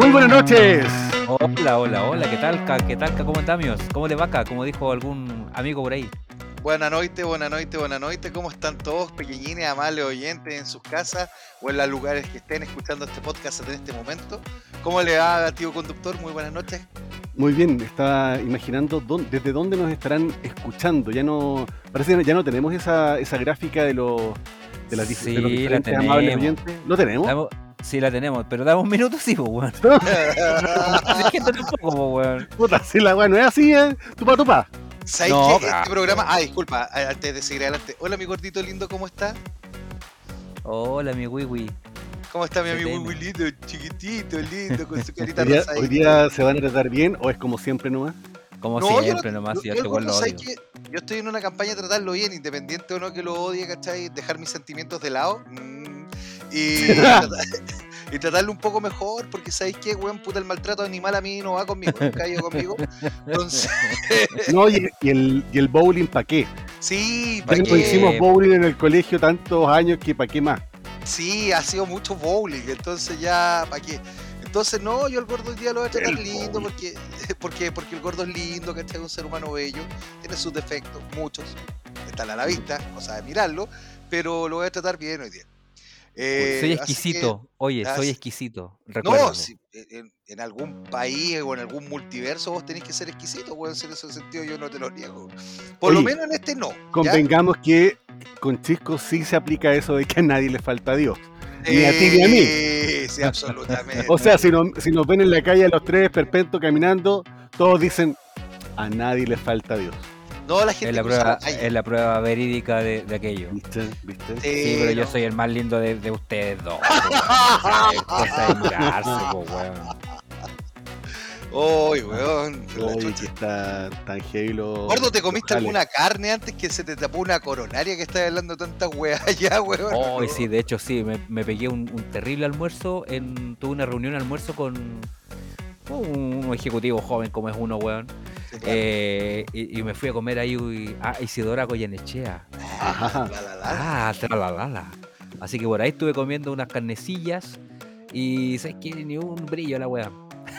Muy buenas noches. Hola, hola, hola, ¿qué tal? ¿Qué tal? ¿Cómo andamios? ¿Cómo le va acá? Como dijo algún amigo por ahí. Buenas noches, buenas noches, buenas noches. ¿Cómo están todos, pequeñines, amables oyentes en sus casas o en los lugares que estén escuchando este podcast en este momento? ¿Cómo le va, tío conductor? Muy buenas noches. Muy bien, estaba imaginando desde dónde nos estarán escuchando. Parece que ya no tenemos esa gráfica de los diferentes amables oyentes. ¿Lo tenemos? Sí, la tenemos, pero dame un minuto, sí, pues, weón. Puta, si la weá no es así, tupa. ¿Sabes No, qué? Este programa... disculpa, antes de seguir adelante. Hola, mi gordito lindo, ¿cómo está? Hola, mi wiwi. ¿Cómo está mi amigo muy lindo, chiquitito, lindo, con su carita rosadita? ¿Hoy día se van a tratar bien o es como siempre nomás? Como siempre nomás, yo te lo odio. Yo estoy en una campaña de tratarlo bien, independiente o no que lo odie, ¿cachai? Dejar mis sentimientos de lado. Y tratarlo un poco mejor, porque ¿sabéis qué, weón? Puta, el maltrato animal a mí no va conmigo, nunca ha ido conmigo. Entonces... No, y el bowling, ¿para qué? Sí, ¿para qué? Hicimos bowling en el colegio tantos años que ¿para qué más? Sí, ha sido mucho bowling, entonces ya, ¿para qué? Entonces, no, yo al gordo hoy día lo voy a tratar lindo porque el gordo es lindo, ¿cachai? Es un ser humano bello, tiene sus defectos, muchos, están a la vista, o sea, de mirarlo, pero lo voy a tratar bien hoy día. Soy exquisito, soy exquisito, recuérdalo. No, si en algún país o en algún multiverso vos tenés que ser exquisito, weón, en ese sentido yo no te lo niego. Por lo menos en este no. Convengamos que con Chisco sí se aplica eso de que a nadie le falta Dios. Ni a ti ni a mí. Sí, absolutamente. O sea, si nos ven en la calle a los tres perpentos caminando, todos dicen, a nadie le falta Dios. No, la gente es la prueba verídica de aquello. ¿Viste? Sí, pero yo soy el más lindo de ustedes dos. Uy, weón. Uy, que está tan heavy Gordo, ¿te comiste alguna carne antes que se te tapó una coronaria que estás hablando tantas weas allá, weón? Oh, sí, de hecho sí, me pegué un terrible almuerzo, tuve una reunión de almuerzo con un ejecutivo joven como es uno, weón. Sí, claro. Y me fui a comer ahí a Isidora Goyenechea. Tralalala. Así que por ahí estuve comiendo unas carnecillas y ¿sabes qué? Ni un brillo a la weá.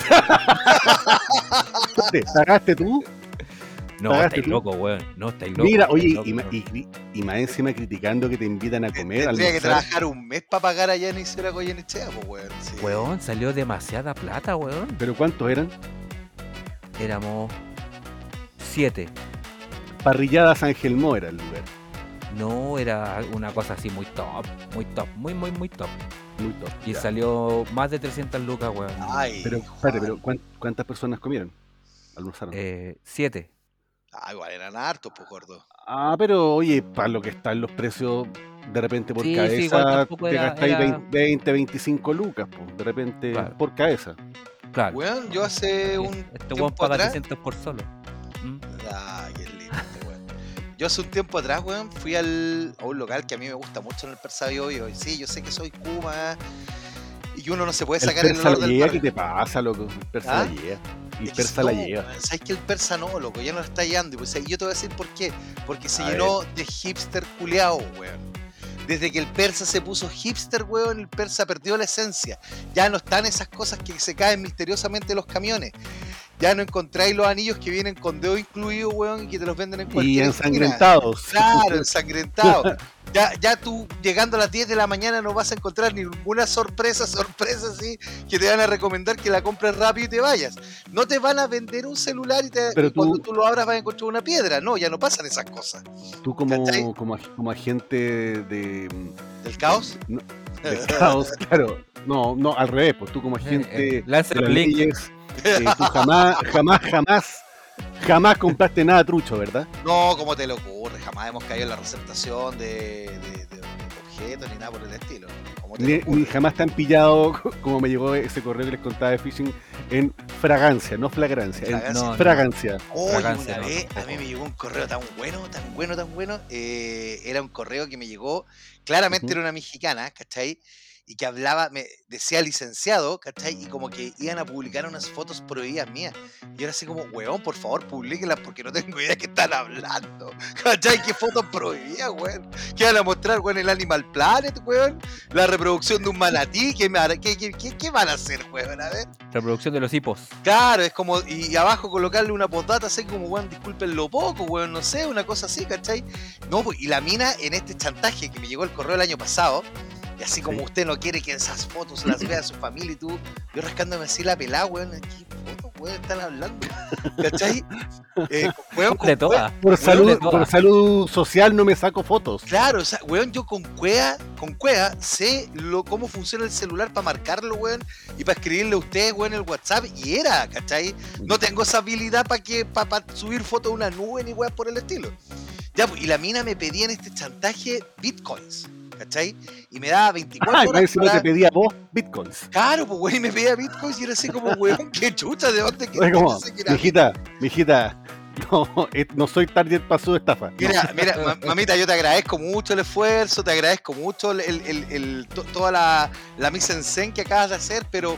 ¿Te pagaste tú? No, estáis loco, weón. No, estáis loco. Mira, oye, y más encima criticando que te invitan a comer. Tendría que trabajar un mes para pagar allá en Isidora Goyenechea, pues, weón. Sí. Weón, salió demasiada plata, weón. ¿Pero cuántos eran? Éramos 7. Parrillada San Gelmó era el lugar. No, era una cosa así muy top, muy top. Muy top. Y ya. Salió más de 300 lucas, weón. Ay, pero espérate, ¿cuántas personas comieron? ¿Almorzaron? 7. Igual eran hartos, pues, gordo. Pero oye, para lo que están los precios, de repente por cabeza, te gastáis 20, 25 lucas, pues, de repente, claro, por cabeza. Claro. Weón, yo hace un tiempo paga atrás... 600 por solo. Qué lindo, weón. Yo hace un tiempo atrás, weón, fui a un local que a mí me gusta mucho en el Persa Biobío. Y sí, yo sé que soy Kuma y que uno no se puede sacar el olor del barrio. ¿Qué te pasa, loco? El Persa la lleva. El Persa la lleva. ¿Sabes que el Persa no, loco? Ya no lo está llevando. Y pues, yo te voy a decir por qué. Porque se llenó de hipster culeado, weón. Desde que el Persa se puso hipster, weón, el Persa perdió la esencia. Ya no están esas cosas que se caen misteriosamente de los camiones. Ya no encontráis los anillos que vienen con dedo incluido, weón, y que te los venden en cualquier y ensangrentados. Claro, ensangrentados. Ya tú llegando a las 10 de la mañana no vas a encontrar ninguna sorpresa así que te van a recomendar que la compres rápido y te vayas. No te van a vender un celular y cuando tú lo abras vas a encontrar una piedra. No, ya no pasan esas cosas. Tú como agente ¿del caos? No, del caos, claro. No, al revés, pues tú como agente de las leyes, tú jamás compraste nada trucho, ¿verdad? No, ¿cómo te lo ocurre? Jamás hemos caído en la receptación de objetos ni nada por el estilo. Ni jamás te han pillado, como me llegó ese correo que les contaba de phishing, en fragancia, no flagrancia, en fragancia. Una vez a mí me llegó un correo tan bueno. Era un correo que me llegó, claramente era una mexicana, ¿cachai? y que hablaba, me decía licenciado, ¿cachai? Y como que iban a publicar unas fotos prohibidas mías. Y yo era así como, weón, por favor, publíquenlas porque no tengo idea de qué están hablando. ¿Cachai? ¿Qué fotos prohibidas, weón? ¿Qué van a mostrar, weón? El Animal Planet, weón. La reproducción de un manatí. ¿Qué van a hacer, weón? A ver. Reproducción de los hipos. Claro, es como, y abajo colocarle una postdata así como, weón, disculpen lo poco, weón, no sé, una cosa así, ¿cachai? No, pues, y la mina en este chantaje que me llegó el correo el año pasado, y así como usted no quiere que esas fotos las vea su familia y tú, yo rascándome así la pelada, weón, ¿qué fotos, weón, están hablando? ¿Cachai? Weón, De todas. Por salud social no me saco fotos. Claro, o sea, weón, yo con Cuea sé cómo funciona el celular para marcarlo, weón, y para escribirle a usted, weón, el WhatsApp, y era, ¿cachai? No tengo esa habilidad para subir fotos a una nube ni weón por el estilo. Ya, pues, y la mina me pedía en este chantaje bitcoins, ¿cachai? Y me daba 24 horas. Si no te pedía vos bitcoins. Claro, pues, weón, y me pedía bitcoins y era así como, weón, qué chucha, ¿de dónde? Es como, mijita, no soy target para su estafa. Mira, mamita, yo te agradezco mucho el esfuerzo, te agradezco mucho toda la mise en scène que acabas de hacer, pero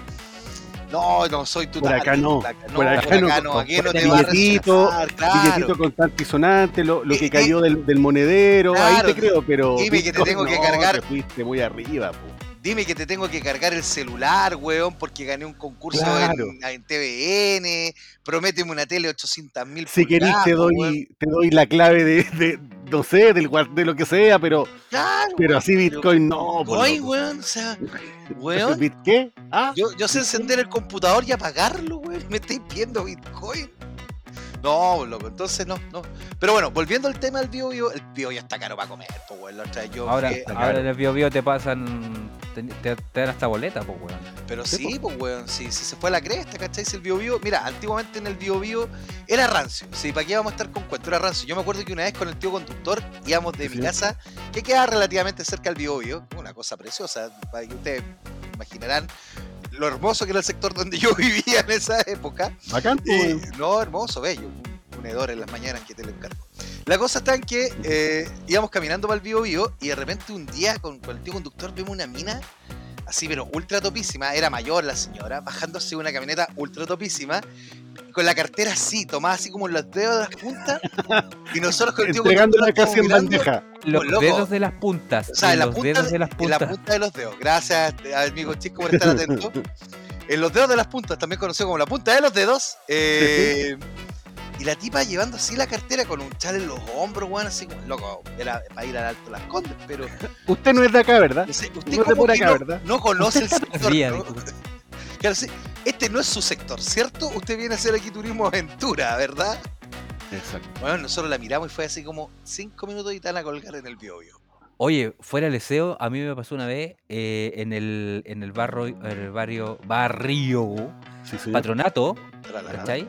no soy tu por acá no, aquí no te va a rechazar, claro. Billetito con antisonante, lo que cayó del monedero, claro, ahí te creo, pero dime que te tengo que cargar. Te fuiste muy arriba, po. Dime que te tengo que cargar el celular, weón, porque gané un concurso en TVN. Prométeme una tele 800.000 si querés te doy la clave de no sé, de lo que sea, pero claro, pero así Bitcoin no. Bitcoin, weón, o sea, weón. ¿Qué? ¿Ah? Yo sé encender el computador y apagarlo, weón. Me estáis viendo Bitcoin. No, loco, entonces no. Pero bueno, volviendo al tema del BioBio, el BioBio está caro para comer, pues, weón. Ahora en el BioBio te pasan, te dan hasta boleta, pues, weón. Pero sí, pues, weón, si se fue a la cresta, ¿cachai? Si el BioBio, mira, antiguamente en el BioBio era rancio, sí, ¿para qué íbamos a estar con cuento? Era rancio. Yo me acuerdo que una vez con el tío conductor íbamos de mi casa, que queda relativamente cerca del BioBio, una cosa preciosa, para que ustedes imaginarán lo hermoso que era el sector donde yo vivía en esa época. Bacán, no, hermoso, bello, un hedor en las mañanas que te lo encargo. La cosa está en que íbamos caminando para el BioBio y de repente un día con el tío conductor vemos una mina así, pero ultra topísima, era mayor la señora, bajándose una camioneta ultra topísima, con la cartera así, tomada así como en los dedos de las puntas, y nosotros con el tío entregándola casi en bandeja. Los dedos de las puntas. O sea, en la punta de los dedos. Gracias, amigo chico, por estar atento. En los dedos de las puntas, también conocido como la punta de los dedos. Y la tipa llevando así la cartera con un chal en los hombros, weón, así como, loco, era para ir al Alto Las Condes, pero... Usted no es de acá, ¿verdad? Usted no es de por acá, ¿verdad? No conoce el sector, ¿no? Claro, sí, este no es su sector, ¿cierto? Usted viene a hacer aquí turismo aventura, ¿verdad? Exacto. Bueno, nosotros la miramos y fue así como 5 minutos y tan a colgar en el BioBio. Oye, fuera del deseo, a mí me pasó una vez en el barrio sí, Patronato, ¿cachai?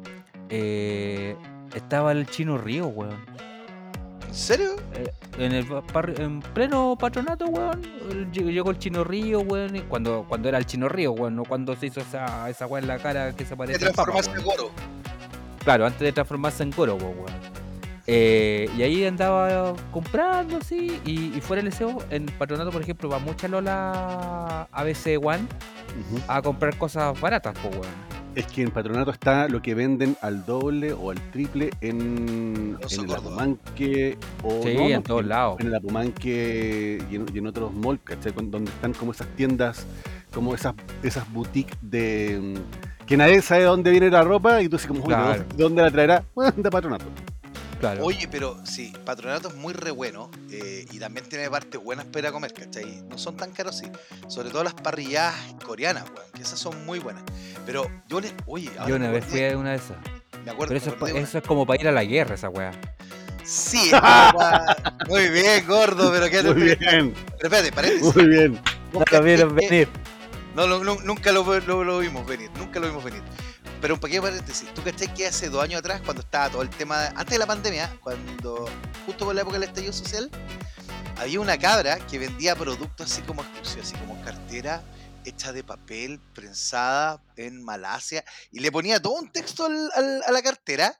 Estaba el Chino Río, weón. ¿En serio? En pleno Patronato, weón. Llegó el Chino Río, weón. Y cuando era el Chino Río, weón. No cuando se hizo esa weón en la cara que se parece. De transformarse en Goro. Claro, antes de transformarse en Goro, weón. Y ahí andaba comprando, así. Y fuera del deseo, en Patronato, por ejemplo, va mucha Lola ABC One a comprar cosas baratas, weón. Es que en Patronato está lo que venden al doble o al triple en el Apumanque o sí, en todos lados. En el Apumanque y en otros malls, ¿cachai? Donde están como esas tiendas, como esas boutiques de que nadie sabe de dónde viene la ropa y tú así como, claro, ¿de dónde la traerá? Bueno, de Patronato. Claro. Oye, pero sí, Patronato es muy re bueno y también tiene partes buenas para ir a comer, ¿cachai? No son tan caros, sí. Sobre todo las parrilladas coreanas, weón, que esas son muy buenas. Pero yo una vez fui a una de esas. Me acuerdo. Pero eso es como para ir a la guerra, esa weá. Sí, muy bien, gordo, pero quédate. Muy bien. Pero espérate, paréntesis. Muy bien. Nunca vieron venir. No, nunca lo vimos venir, Pero un pequeño paréntesis, ¿tú cachai que hace 2 años atrás, cuando estaba todo el tema, antes de la pandemia, justo por la época del estallido social, había una cabra que vendía productos así como exclusivos, así como cartera hecha de papel, prensada en Malasia, y le ponía todo un texto a la cartera,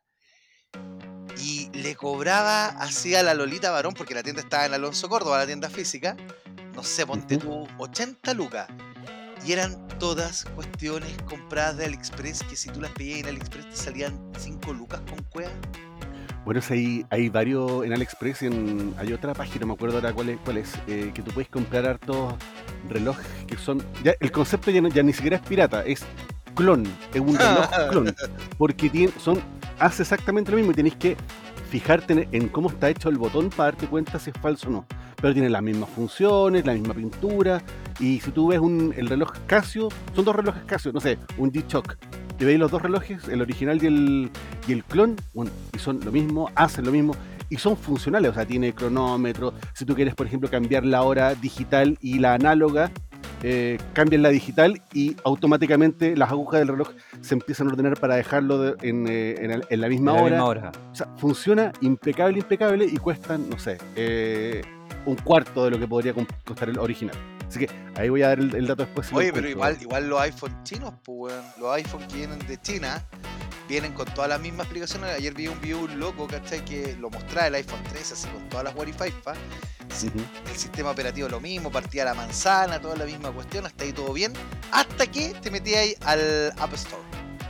y le cobraba así a la Lolita Barón, porque la tienda estaba en Alonso Córdoba, la tienda física, no sé, ponte tú, 80 lucas. Y eran todas cuestiones compradas de AliExpress, que si tú las pedías en AliExpress te salían 5 lucas con cueva. Bueno, hay varios en AliExpress, hay otra página, no me acuerdo ahora cuál es, que tú puedes comprar hartos relojes que son... Ya, el concepto ya ni siquiera es pirata, es clon, es un reloj clon, porque hace exactamente lo mismo y tenés que fijarte en cómo está hecho el botón para darte cuenta si es falso o no. Pero tiene las mismas funciones, la misma pintura, y si tú ves el reloj Casio, son dos relojes Casio, no sé, un G-Shock, y veis los dos relojes, el original y el clon, bueno, y son lo mismo, hacen lo mismo, y son funcionales, o sea, tiene cronómetro, si tú quieres, por ejemplo, cambiar la hora digital y la análoga, cambian la digital y automáticamente las agujas del reloj se empiezan a ordenar para dejarlo en la misma hora. O sea, funciona impecable y cuestan, no sé, un cuarto de lo que podría costar el original. Así que ahí voy a dar el dato después. Oye, pero igual los iPhone chinos, pues, weón. Los iPhone que vienen de China vienen con todas las mismas explicaciones. Ayer vi un video un loco, ¿cachai? Que lo mostraba el iPhone 13, así con todas las Wi-Fi. El sistema operativo lo mismo, partía la manzana, toda la misma cuestión, hasta ahí todo bien, hasta que te metías ahí al App Store.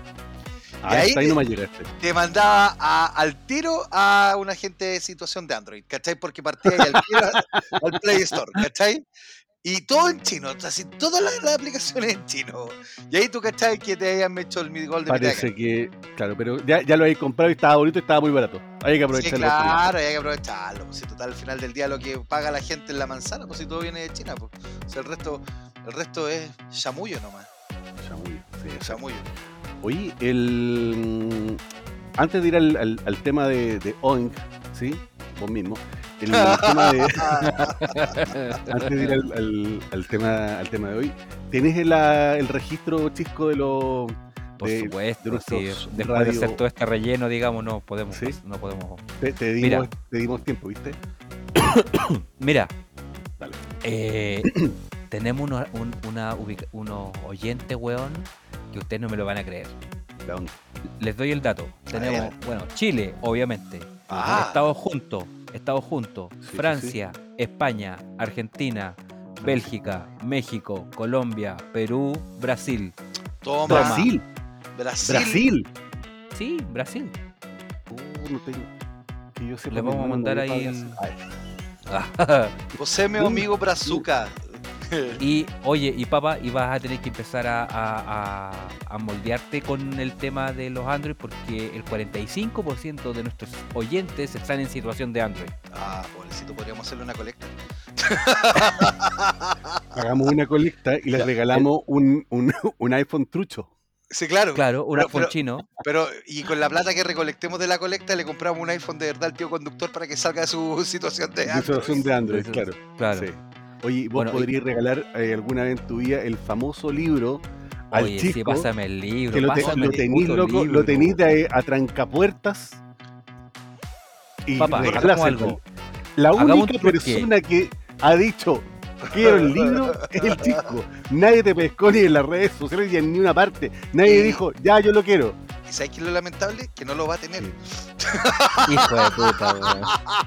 Y ahí no me llegaste. Te mandaba al tiro a una gente de situación de Android, ¿cachai? Porque partía ahí al tiro al Play Store, ¿cachai? Y todo en chino, así todas las aplicaciones en chino. Y ahí tú, ¿cachai? Que te hayan hecho el gol de Parece que, claro, pero ya lo habéis comprado y estaba bonito y estaba muy barato. Hay que aprovecharlo. Sí, claro, hay que aprovecharlo. Pues si total, al final del día lo que paga la gente en la manzana, pues si todo viene de China, pues. O sea, el resto es chamullo nomás. Chamullo, sí. Chamullo. Oye, antes de ir al tema de Oink, ¿sí? Vos mismo. El tema de... antes de ir al tema de hoy, ¿tenés el registro, Chisco, de los... Por supuesto, de sí. Después de hacer todo este relleno, digamos, no podemos. ¿Sí? No podemos. Te dimos tiempo, ¿viste? Mira, dale. Tenemos unos oyentes, weón, que ustedes no me lo van a creer. ¿De dónde? Les doy el dato. Tenemos, bueno, Chile, obviamente. Estados Juntos. Sí, Francia, sí. España, Argentina, Bélgica, México, Colombia, Perú, Brasil. Toma. Brasil. Sí, Brasil. No tengo. Que yo sepa. Le vamos a mandar ahí. José, mi amigo Brazuca. Y oye, y papá, y vas a tener que empezar a moldearte con el tema de los Android, porque el 45% de nuestros oyentes están en situación de Android. Pobrecito, podríamos hacerle una colecta. Hagamos una colecta y les regalamos un iPhone trucho. Sí, claro. Claro, un iPhone chino. Pero, y con la plata que recolectemos de la colecta, le compramos un iPhone de verdad al tío conductor para que salga de su situación de Android. Situación de Android, claro. Sí. Oye, vos podrías regalar alguna vez en tu vida el famoso libro al Chisco. Sí, pásame el libro. Que lo tenís, loco, lo tenís de a trancapuertas. Y papá, algo. La única persona que ha dicho quiero el libro es el Chisco. Nadie te pescó ni en las redes sociales ni en ninguna parte. Nadie dijo, ya, yo lo quiero. ¿Y sabes qué es lo lamentable? Que no lo va a tener. Hijo de puta, weón.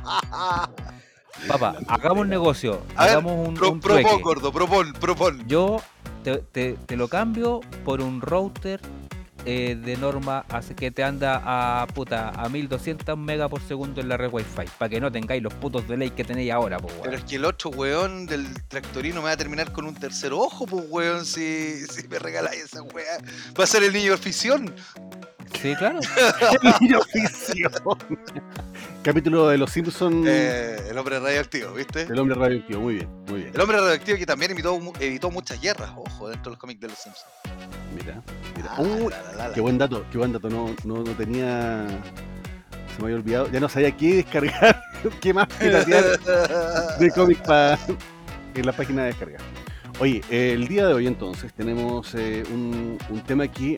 Papá, hagamos un negocio. Hagamos un propon, gordo, propon. Yo te lo cambio por un router de norma, así que te anda a 1200 megas por segundo en la red Wi-Fi, para que no tengáis los putos delays que tenéis ahora, pues, weón. Pero es que el otro weón del tractorino me va a terminar con un tercer ojo, pues, weón, si me regaláis esa weá. Va a ser el niño ficción. Sí, claro. El niño ficción. Capítulo de Los Simpsons. El hombre radioactivo, ¿viste? El hombre radioactivo, muy bien. El hombre radioactivo que también evitó muchas guerras, ojo, dentro de los cómics de Los Simpsons. Mira. Qué buen dato. No tenía... Se me había olvidado. Ya no sabía qué descargar, qué más piratear de cómics en la página de descarga. Oye, el día de hoy entonces tenemos un tema aquí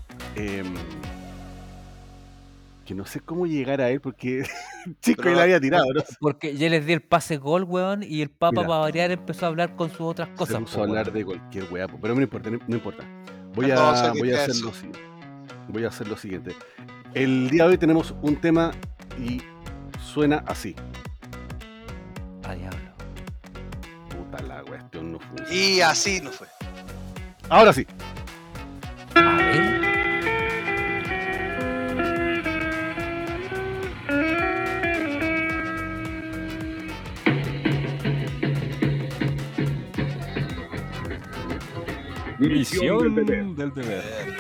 que no sé cómo llegar a él porque Chico le había tirado, ¿no? Porque ya les di el pase gol, weón, y el Papa, para variar, empezó a hablar con sus otras cosas. Se puso a hablar de cualquier weá, pero no importa. Voy a hacer lo siguiente. El día de hoy tenemos un tema y suena así. A diablo. Puta la cuestión no funciona. Y así no fue. Ahora sí. A ver. Misión del deber.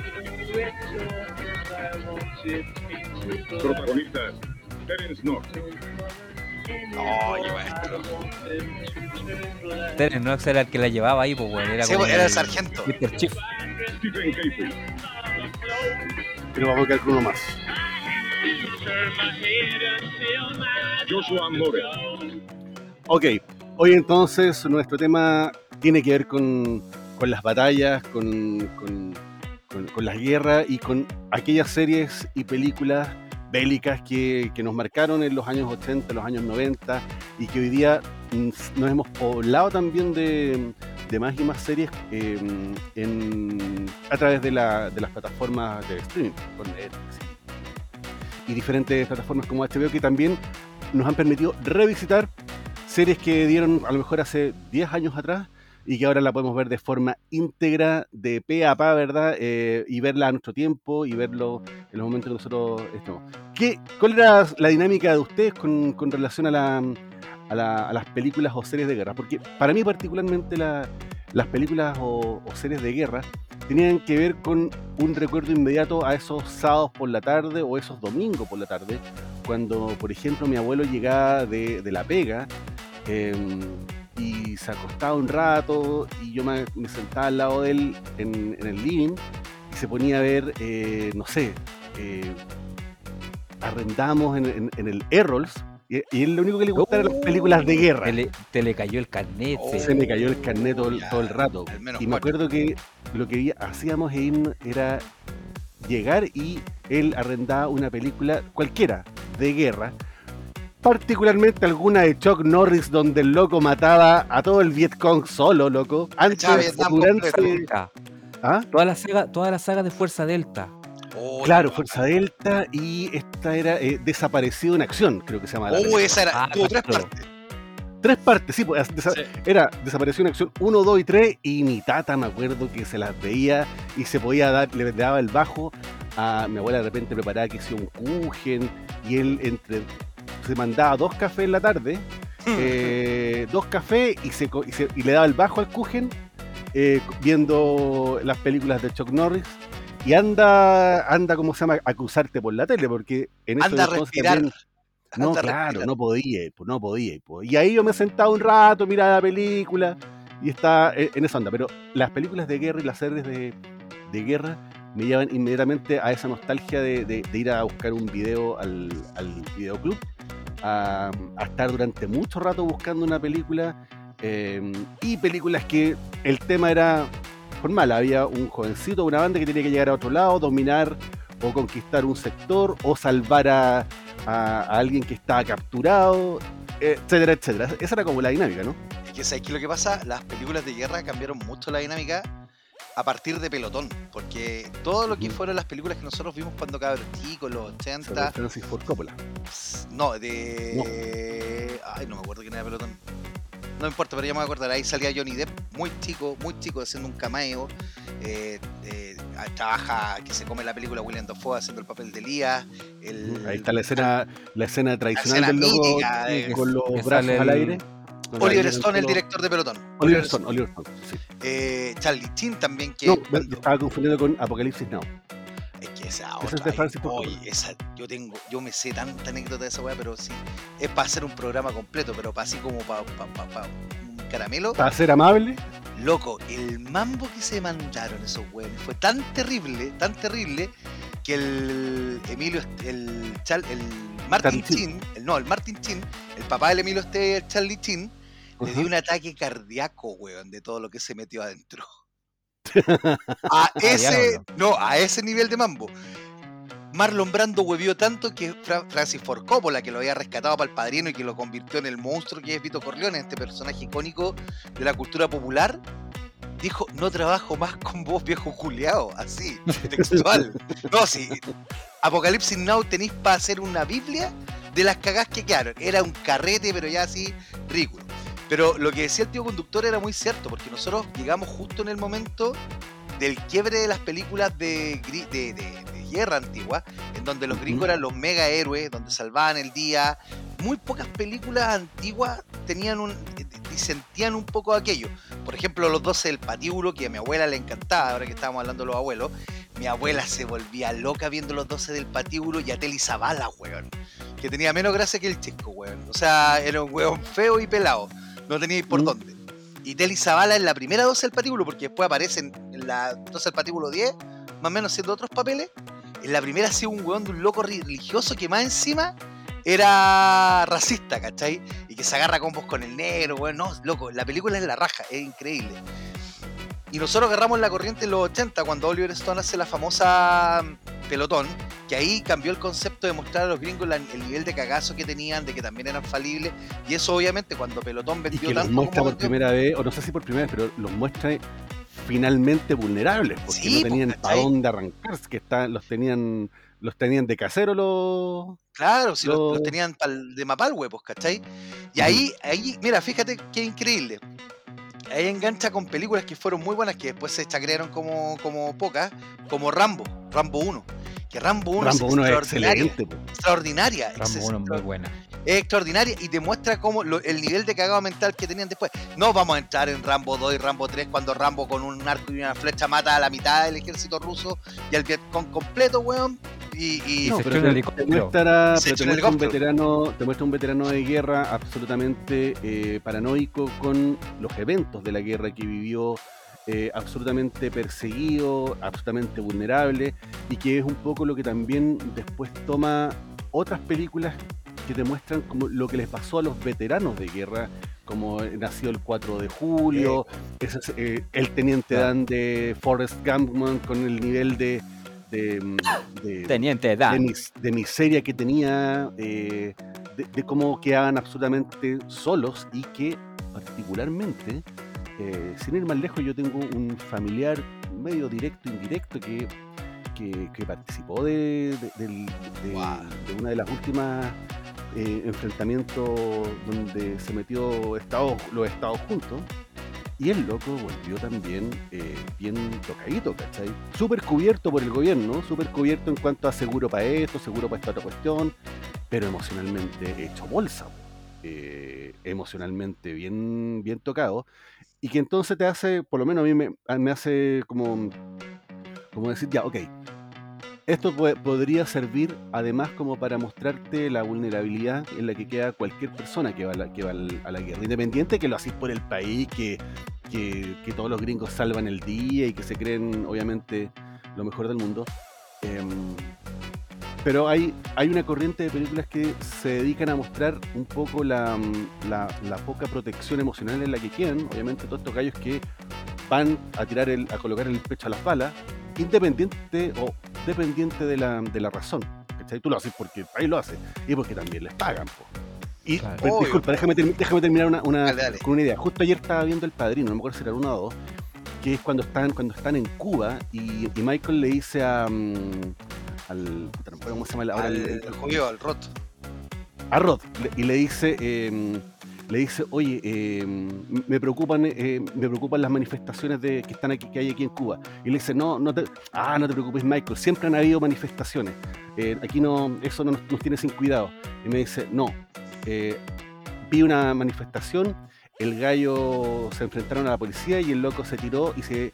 Protagonistas: Terence Knox, Oye, maestro. Terence Knox era el que la llevaba ahí, pues bueno, era Sí, como era el sargento. Mr. Chief. Stephen Casey, Pero vamos a quedar con uno más. Joshua More, Ok, hoy entonces nuestro tema tiene que ver con las batallas, con las guerras y con aquellas series y películas bélicas que nos marcaron en los años 80, los años 90 y que hoy día nos hemos poblado también de más y más series a través de las plataformas de streaming, con Netflix y diferentes plataformas como HBO que también nos han permitido revisitar series que dieron a lo mejor hace 10 años atrás y que ahora la podemos ver de forma íntegra, de pe a pa, ¿verdad? Y verla a nuestro tiempo y verlo en los momentos que nosotros estamos. ¿Cuál era la dinámica de ustedes con relación a las películas o series de guerra? Porque para mí particularmente las películas o series de guerra tenían que ver con un recuerdo inmediato a esos sábados por la tarde o esos domingos por la tarde, cuando, por ejemplo, mi abuelo llegaba de la pega y se acostaba un rato y yo me sentaba al lado de él en el living y se ponía a ver, no sé, arrendamos en el Errols y él lo único que le gustaba eran las películas de guerra. Te le cayó el carnet. Se me cayó el carnet todo el rato. Y me 4. acuerdo que lo que hacíamos era llegar y él arrendaba una película cualquiera de guerra, particularmente alguna de Chuck Norris donde el loco mataba a todo el Vietcong solo, loco. Antes, durante... ¿Ah? Toda la saga de Fuerza Delta. Claro, Fuerza Delta y esta era Desaparecido en Acción, creo que se llama. Esa era, tuvo 3 partes. 3 partes, sí, pues, era Desaparecido en Acción 1, 2 y 3 y mi tata me acuerdo que se las veía y se podía dar, le daba el bajo a mi abuela, de repente preparaba que hacía un kuchen y él se mandaba 2 cafés en la tarde, 2 cafés y le daba el bajo al kuchen viendo las películas de Chuck Norris. Y anda, ¿cómo se llama? Acusarte por la tele, porque en eso anda a respirar. También, no, claro, no podía. Y ahí yo me sentaba un rato, miraba la película y estaba en esa onda. Pero las películas de guerra y las series de guerra me llevan inmediatamente a esa nostalgia de ir a buscar un video al videoclub, a estar durante mucho rato buscando una película y películas que el tema era formal. Había un jovencito, una banda que tenía que llegar a otro lado, dominar o conquistar un sector o salvar a alguien que estaba capturado, etcétera, etcétera. Esa era como la dinámica, ¿no? Es que ¿sabes qué es lo que pasa? Las películas de guerra cambiaron mucho la dinámica a partir de Pelotón, porque todo lo que fueron las películas que nosotros vimos cuando cabros chicos, los 80... Francis Ford Coppola. No, Ay, no me acuerdo quién era Pelotón. No importa, pero ya me voy a acordar. Ahí salía Johnny Depp, muy chico, haciendo un cameo. Trabaja, que se come la película William Dafoe haciendo el papel de Elías. Ahí está la escena tradicional del logo con los brazos al aire. Oliver Stone, el director de Pelotón. Oliver Stone, sí. Charlie Chin también, que... No, yo estaba confundiendo con Apocalipsis Now. Es que esa otra... Esa es de Francis Ford Oye, yo me sé tanta anécdota de esa weá, pero sí, es para hacer un programa completo, pero para así como para un caramelo. Para ser amable. Loco, el mambo que se mandaron esos weones fue tan terrible, que el Martin Chin, el papá del Emilio el Charlie Chin, le dio un ataque cardíaco, weón, de todo lo que se metió adentro. A ese nivel de mambo. Marlon Brando huevió tanto que Francis Ford Coppola, que lo había rescatado para El Padrino y que lo convirtió en el monstruo que es Vito Corleone, este personaje icónico de la cultura popular, dijo: no trabajo más con vos, viejo culiao, así, textual. No, sí, Apocalipsis Now tenéis para hacer una biblia de las cagás que quedaron. Era un carrete, pero ya así, ridículo. Pero lo que decía el tío conductor era muy cierto, porque nosotros llegamos justo en el momento del quiebre de las películas de guerra antigua, en donde los gringos eran los mega héroes, donde salvaban el día. Muy pocas películas antiguas disentían un poco aquello. Por ejemplo, Los 12 del Patíbulo, que a mi abuela le encantaba, ahora que estábamos hablando de los abuelos. Mi abuela se volvía loca viendo Los 12 del Patíbulo y a Telly Savalas, weón, que tenía menos gracia que el Chisco, weón. O sea, era un weón feo y pelado, no tenía por dónde. Y Telly Savalas en la primera 12 del Patíbulo, porque después aparecen en la 12 del Patíbulo 10, más o menos haciendo otros papeles. En la primera ha sido un weón de un loco religioso que más encima era racista, ¿cachai? Y que se agarra combos con el negro, weón. No, loco, la película es la raja, es increíble. Y nosotros agarramos la corriente en los 80 cuando Oliver Stone hace la famosa Pelotón, que ahí cambió el concepto de mostrar a los gringos el nivel de cagazo que tenían, de que también eran falibles. Y eso obviamente cuando Pelotón vendió y que tanto los muestra como por primera vez, o no sé si por primera vez, pero los muestra finalmente vulnerables, porque sí, no tenían para dónde arrancar, que los tenían de casero los... Claro, si los tenían de Mapalhue, pues, ¿cachai? Y ahí, mira, fíjate qué increíble. Ahí engancha con películas que fueron muy buenas, que después se chacrearon como pocas, como Rambo 1. Que Rambo 1 es extraordinaria. Extraordinaria. Rambo 1 es muy buena. Es extraordinaria y demuestra cómo el nivel de cagado mental que tenían después. No vamos a entrar en Rambo 2 y Rambo 3 cuando Rambo con un arco y una flecha mata a la mitad del ejército ruso y al Vietcong completo, weón. No, pero te muestra un veterano de guerra absolutamente paranoico con los eventos de la guerra que vivió, absolutamente perseguido, absolutamente vulnerable, y que es un poco lo que también después toma otras películas que te muestran como lo que les pasó a los veteranos de guerra, como Nacido el 4 de julio, el Teniente Dan de Forrest Gump, con el nivel de Teniente Dan. De miseria que tenía, de cómo quedaban absolutamente solos, y que particularmente, sin ir más lejos, yo tengo un familiar medio directo, indirecto, que participó de una de las últimas enfrentamientos donde se metió los estados juntos. Y el loco volvió también bien tocadito, ¿cachai? Súper cubierto por el gobierno, súper cubierto en cuanto a seguro para esto, seguro para esta otra cuestión, pero emocionalmente hecho bolsa, emocionalmente bien tocado, y que entonces te hace, por lo menos a mí me hace como decir, ya, ok, esto podría servir además como para mostrarte la vulnerabilidad en la que queda cualquier persona que va a la guerra, independiente que lo hacís por el país, que todos los gringos salvan el día y que se creen obviamente lo mejor del mundo. Pero hay una corriente de películas que se dedican a mostrar un poco la poca protección emocional en la que quedan, obviamente todos estos gallos que van a colocar el pecho a las balas, independiente o dependiente de la razón, ¿cachai? Tú lo haces porque el país lo hace y porque también les pagan, po. Y claro. Disculpa, déjame terminar dale. Con una idea. Justo ayer estaba viendo El Padrino, no me acuerdo si era 1 o 2, que es cuando están en Cuba y Michael le dice ¿cómo se llama ahora? El judío, al Roth. A Roth, y le dice, oye, me preocupan las manifestaciones que están aquí, que hay aquí en Cuba. Y le dice, no te preocupes, Michael, siempre han habido manifestaciones. Aquí eso no nos tiene sin cuidado. Y me dice, no, vi una manifestación, el gallo se enfrentaron a la policía y el loco se tiró y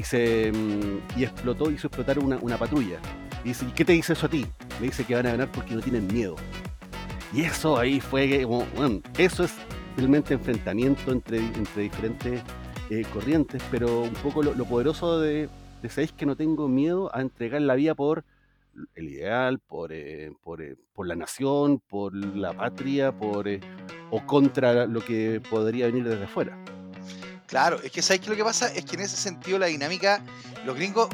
hizo explotar una patrulla. Y dice, ¿y qué te dice eso a ti? Me dice que van a ganar porque no tienen miedo. Y eso ahí fue, bueno, eso es realmente enfrentamiento entre diferentes corrientes, pero un poco lo poderoso de sabéis que no tengo miedo a entregar la vida por el ideal, por la nación, por la patria, o contra lo que podría venir desde afuera. Claro, es que ¿sabes qué lo que pasa? Es que en ese sentido la dinámica, los gringos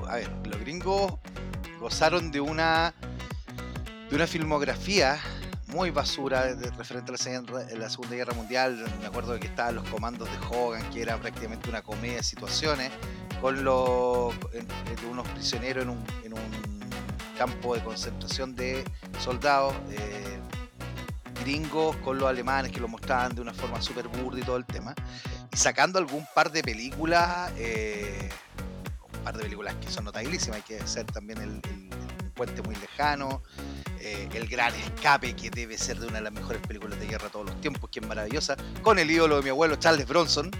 gozaron de una filmografía muy basura referente a la Segunda Guerra Mundial. Me acuerdo de que estaban Los Comandos de Hogan, que era prácticamente una comedia de situaciones, con unos prisioneros en un campo de concentración de soldados. gringos con los alemanes que lo mostraban de una forma súper burda y todo el tema, y sacando algún par de películas, un par de películas que son notabilísimas. Hay que ser también el Puente Muy Lejano, El Gran Escape, que debe ser de una de las mejores películas de guerra de todos los tiempos, que es maravillosa, con el ídolo de mi abuelo Charles Bronson.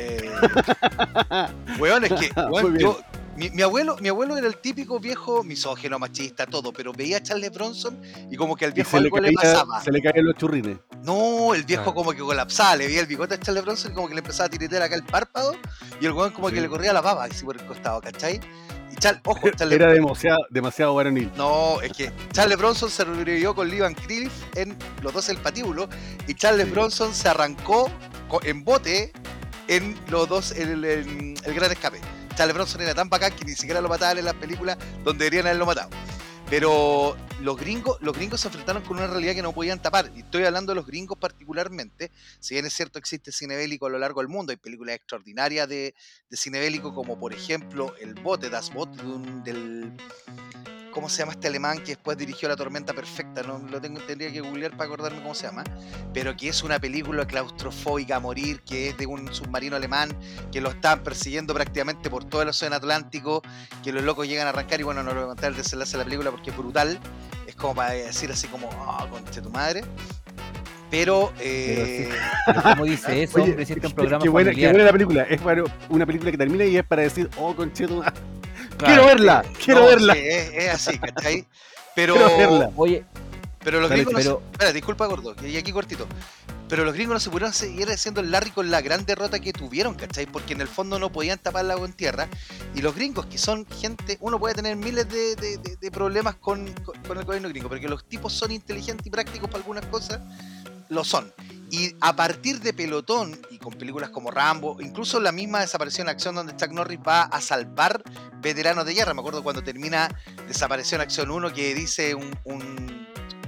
Weón, es que weón, mi abuelo era el típico viejo misógino, machista, todo, pero veía a Charles Bronson y como que al viejo algo le pasaba. Se le caían los churrines. No, el viejo como que colapsaba, le veía el bigote a Charles Bronson y como que le empezaba a tiritar acá el párpado y el weón como que le corría la baba así por el costado, ¿cachai? Y Charles era demasiado varonil. No, es que Charles Bronson se revivió con Lee Van Cleef en Los Dos el Patíbulo y Charles Bronson se arrancó en bote en Los Dos el Gran Escape. Charles Bronson era tan bacán que ni siquiera lo mataban en las películas donde deberían haberlo matado. Pero los gringos se enfrentaron con una realidad que no podían tapar. Y estoy hablando de los gringos particularmente. Si bien es cierto, existe cine bélico a lo largo del mundo. Hay películas extraordinarias de cine bélico, como por ejemplo El Bote, Das Boot, del... ¿Cómo se llama este alemán que después dirigió La Tormenta Perfecta? No lo tendría que googlear para acordarme cómo se llama. Pero que es una película claustrofóbica a morir, que es de un submarino alemán que lo están persiguiendo prácticamente por todo el océano Atlántico, que los locos llegan a arrancar y bueno, no lo voy a contar el desenlace de la película porque es brutal. Es como para decir así como, conche tu madre. Pero ¿cómo dice eso? Oye, hombre, si este es un programa qué buena la película. Es una película que termina y es para decir, conche tu madre. Claro, quiero verla. Sí, es así, ¿cachai? Pero, quiero verla. Oye, pero los gringos espera, disculpa, gordo, y aquí cortito. Pero los gringos no se pudieron seguir haciendo el Larry con la gran derrota que tuvieron, ¿cachai? Porque en el fondo no podían tapar el agua en tierra. Y los gringos, que son gente, uno puede tener miles de problemas con el gobierno gringo, pero que los tipos son inteligentes y prácticos para algunas cosas, lo son. Y a partir de Pelotón, y con películas como Rambo, incluso la misma Desaparición en Acción, donde Chuck Norris va a salvar veteranos de guerra. Me acuerdo cuando termina Desaparición en Acción 1, que dice un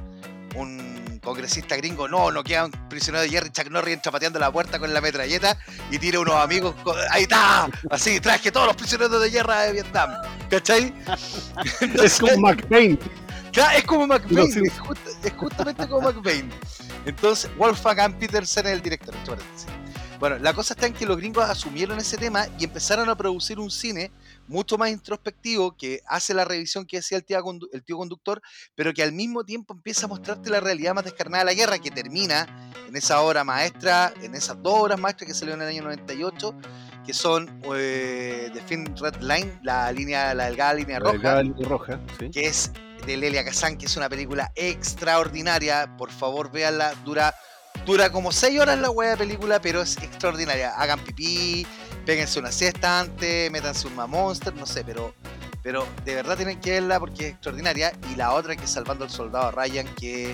congresista gringo, no queda un prisionero de guerra, y Chuck Norris entra pateando la puerta con la metralleta y tira unos amigos, ahí está, así, traje todos los prisioneros de guerra de Vietnam, ¿cachai? Entonces, es como McBain. Claro, es como McBain, No, sí. es justamente como McBain. Entonces, Wolfgang Petersen es el director. Bueno, la cosa está en que los gringos asumieron ese tema y empezaron a producir un cine mucho más introspectivo que hace la revisión que decía el tío conductor, pero que al mismo tiempo empieza a mostrarte la realidad más descarnada de la guerra, que termina en esa obra maestra, en esas 2 obras maestras que salieron en el año 98, que son The Thin Red Line, la delgada línea roja, sí. Que es de Lelia Kazan, que es una película extraordinaria. Por favor, véanla. Dura como 6 horas la hueá de película, pero es extraordinaria. Hagan pipí, péguense una siesta antes, métanse un Monster, no sé, pero de verdad tienen que verla porque es extraordinaria. Y la otra que es Salvando al Soldado Ryan, que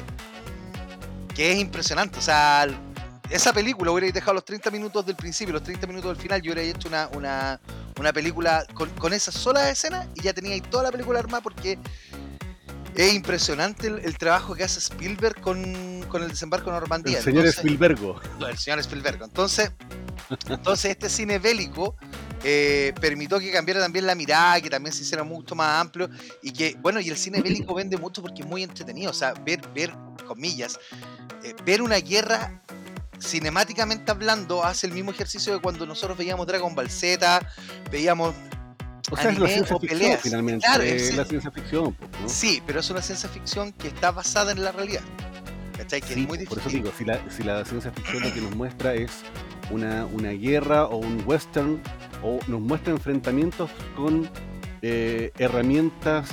es impresionante. O sea, esa película hubiera dejado los 30 minutos del principio, los 30 minutos del final, yo hubiera hecho una película con esas solas escenas y ya tenía ahí toda la película armada, porque es impresionante el trabajo que hace Spielberg con el desembarco en Normandía. El señor Spielbergo. El señor Spielberg. Entonces este cine bélico permitió que cambiara también la mirada, que también se hiciera mucho más amplio y que, bueno, y el cine bélico vende mucho porque es muy entretenido. O sea, ver comillas, ver una guerra cinemáticamente hablando hace el mismo ejercicio de cuando nosotros veíamos Dragon Ball Z, veíamos... O sea, es la ciencia ficción, finalmente. Claro, es la ciencia ficción, ¿no? Sí, pero es una ciencia ficción que está basada en la realidad. ¿Cachai? Que sí, es muy difícil. Por eso digo, si la ciencia ficción lo que nos muestra es una guerra o un western, o nos muestra enfrentamientos con herramientas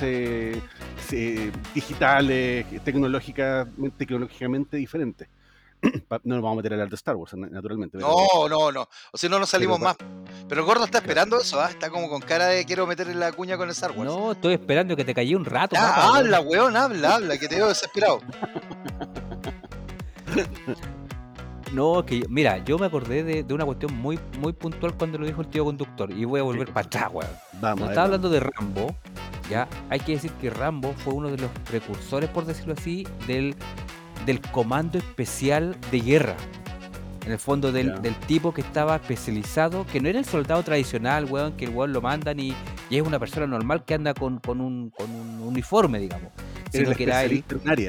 digitales, tecnológicamente diferentes. No nos vamos a meter a hablar de Star Wars, naturalmente. No. O si no, nos salimos más. Pero el gordo está esperando eso, ¿ah? Está como con cara de quiero meterle la cuña con Star Wars. No, estoy esperando que te callé un rato. Habla, weón, habla, que te veo desesperado. No, que mira, yo me acordé de una cuestión muy, muy puntual cuando lo dijo el tío conductor, y voy a volver para atrás, weón. Cuando estaba hablando de Rambo, ya hay que decir que Rambo fue uno de los precursores, por decirlo así, del comando especial de guerra. En el fondo del tipo que estaba especializado, que no era el soldado tradicional, weón, que el weón lo mandan y es una persona normal que anda con un uniforme, digamos. Era la especialista en un área.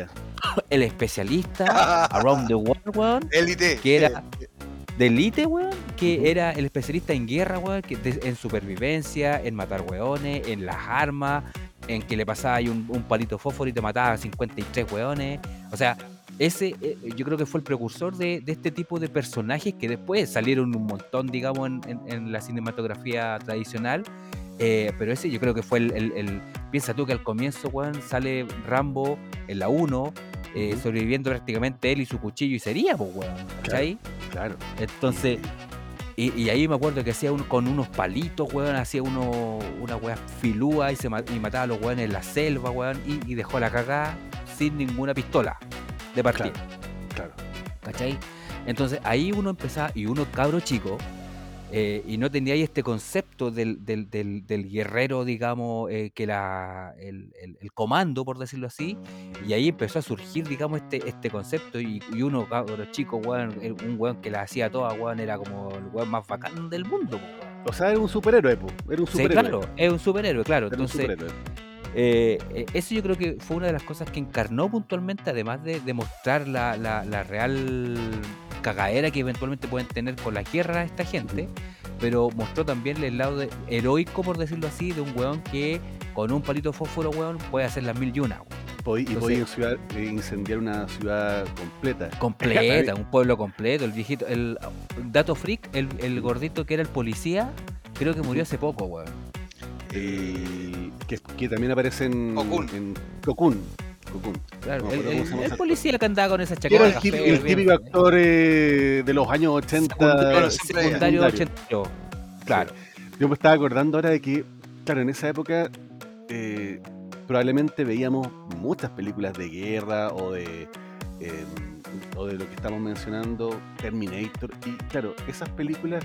El especialista Around the World, weón, Élite. que era de Elite, weón, que era el especialista en guerra, weón, en supervivencia, en matar weones, en las armas, en que le pasaba ahí un palito fósforo y te mataba a 53 weones. O sea, ese yo creo que fue el precursor de este tipo de personajes que después salieron un montón, digamos, en la cinematografía tradicional. Pero ese yo creo que fue piensa tú que al comienzo, weón, sale Rambo en la 1, sobreviviendo prácticamente él y su cuchillo y sería, pues, weón, ¿cachai? Claro. Entonces, y ahí me acuerdo que hacía con unos palitos, weón, hacía una weá filúa y mataba a los weones en la selva, weón, y dejó la cagada sin ninguna pistola de partida. Claro. ¿Cachai? Entonces ahí uno empezaba, y uno cabro chico, y no tenía ahí este concepto del guerrero, digamos, que el comando, por decirlo así, y ahí empezó a surgir, digamos, este concepto, y uno, cabro chico, weón, un weón que la hacía toda, weón, era como el weón más bacán del mundo, weón. O sea, era un superhéroe, po. Era un Sí, superhéroe. claro, es un superhéroe, claro. Era un Entonces, superhéroe. eso yo creo que fue una de las cosas que encarnó puntualmente, además de demostrar la real cagadera que eventualmente pueden tener con la guerra esta gente, pero mostró también el lado heroico, por decirlo así, de un weón que con un palito de fósforo, weón, puede hacer las 1001, weón. Y podía incendiar una ciudad completa. Completa, un pueblo completo. El viejito, el dato freak, el gordito que era el policía, creo que murió hace poco, weón. Que también aparece en Cocoon. Claro, No, el policía que andaba con esa que era chaqueta. el típico actor de los años 80. Secundario 82. Claro. Yo me estaba acordando ahora de que, claro, en esa época probablemente veíamos muchas películas de guerra o de lo que estamos mencionando, Terminator, y claro, esas películas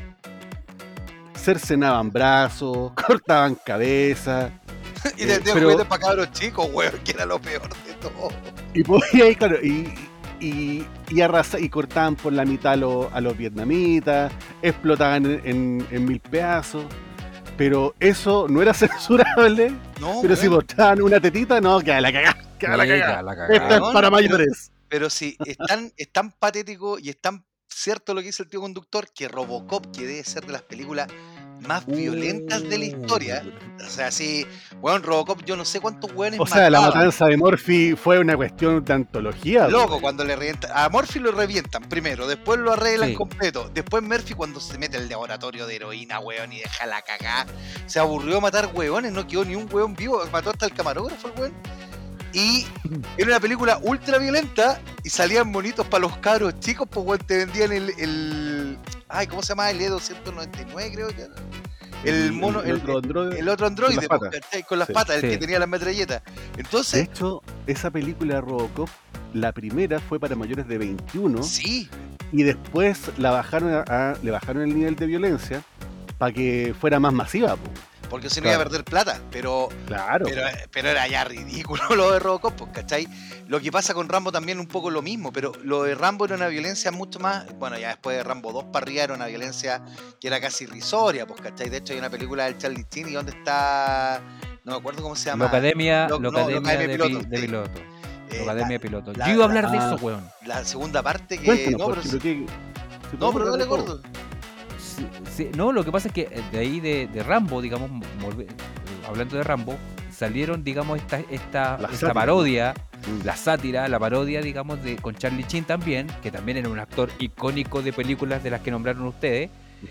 cercenaban brazos, cortaban cabezas. Y te juguetes para cabros chicos, weón, que era lo peor de todo. Y podía ir, claro, y arrasaban y cortaban por la mitad a los vietnamitas, explotaban en 1000 pedazos. Pero eso no era censurable. No, pero si mostraban una tetita, no, queda la cagada. Esto es para mayores. Pero sí, es tan patético y es tan cierto lo que dice el tío conductor, que Robocop, que debe ser de las películas más violentas de la historia. O sea, sí, weón, Robocop, yo no sé cuántos weones O sea, mataban. la matanza de Murphy fue una cuestión de antología. Loco, cuando le revientan. A Murphy lo revientan primero, después lo arreglan completo. Después Murphy cuando se mete el laboratorio de heroína, weón, y deja la cagada. Se aburrió de matar weones, no quedó ni un weón vivo, mató hasta el camarógrafo el weón. Y era una película ultra violenta y salían bonitos para los cabros chicos, pues weón, te vendían el ay, ¿cómo se llama? El E299 creo que era. El mono, el otro androide, con las patas, el que tenía las metralletas. Entonces, de hecho, esa película de Robocop, la primera fue para mayores de 21. Sí. Y después le bajaron el nivel de violencia para que fuera más masiva, po. Porque si no iba a perder plata, pero era ya ridículo lo de Robocop, pues, ¿cachai? Lo que pasa con Rambo también un poco lo mismo, pero lo de Rambo era una violencia mucho más, bueno, ya después de Rambo 2 para arriba era una violencia que era casi irrisoria, pues, ¿cachai? De hecho hay una película del Charlie Sheen y donde está, no me acuerdo cómo se llama. Academia de Piloto. Academia de Piloto. Yo iba a hablar de eso, weón. La segunda parte que... Cuéntanos, pero dale, gordo. Sí, no, lo que pasa es que de ahí de Rambo, digamos, hablando de Rambo, salieron, digamos, esta parodia, la sátira, la parodia, digamos, con Charlie Sheen también, que también era un actor icónico de películas de las que nombraron ustedes,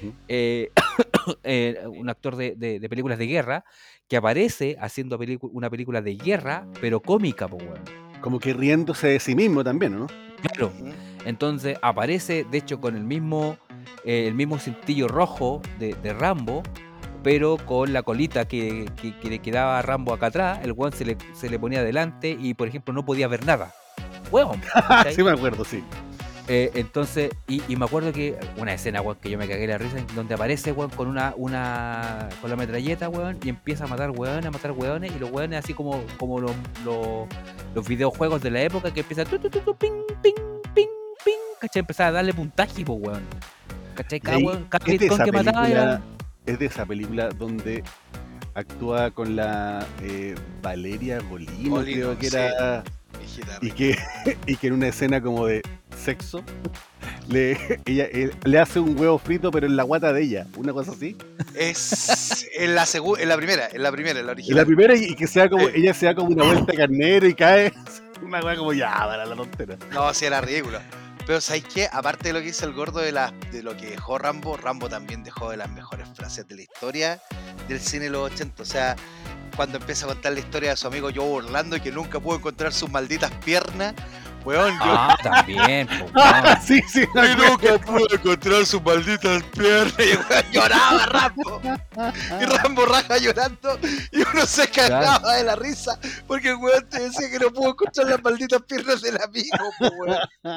un actor de películas de guerra, que aparece haciendo una película de guerra, pero cómica, pues, weón. Como que riéndose de sí mismo también, ¿no? Claro. Entonces aparece, de hecho, con el mismo cintillo rojo de Rambo, pero con la colita que le quedaba a Rambo acá atrás. El weón se le ponía adelante y, por ejemplo, no podía ver nada. Weón. Sí, me acuerdo, sí. Entonces, y me acuerdo que una escena, weón, que yo me cagué la risa, donde aparece, weón, con con la metralleta, weón, y empieza a matar weones, y los weones así como los videojuegos de la época, que empieza ping, ping, ping, ping, ¿cachai? Empezaba a darle puntaje, pues, weón. ¿Cachai? Cada bitcoin que mataba era... Es de esa película donde actúa con la Valeria Golino, creo que era... Hijita y rica. que en una escena como de sexo le hace un huevo frito pero en la guata de ella, una cosa así. Es en la primera, en la En la original. primera y que sea como, Sí. ella se da como una vuelta carnero y cae, una weá como ya, para la tontera. No, sí, era ridículo. Pero ¿sabéis qué? Aparte de lo que dice el gordo de lo que dejó Rambo, Rambo también dejó de las mejores frases de la historia del cine de los 80. O sea, cuando empieza a contar la historia de su amigo Joe Orlando y que nunca pudo encontrar sus malditas piernas, weón, También, po, weón. Sí, sí, me y acuerdo. nunca pudo encontrar sus malditas piernas. Y el weón lloraba Rambo. Y Rambo raja llorando y uno se cagaba de la risa porque el weón te decía que no pudo encontrar las malditas piernas del amigo, po, weón.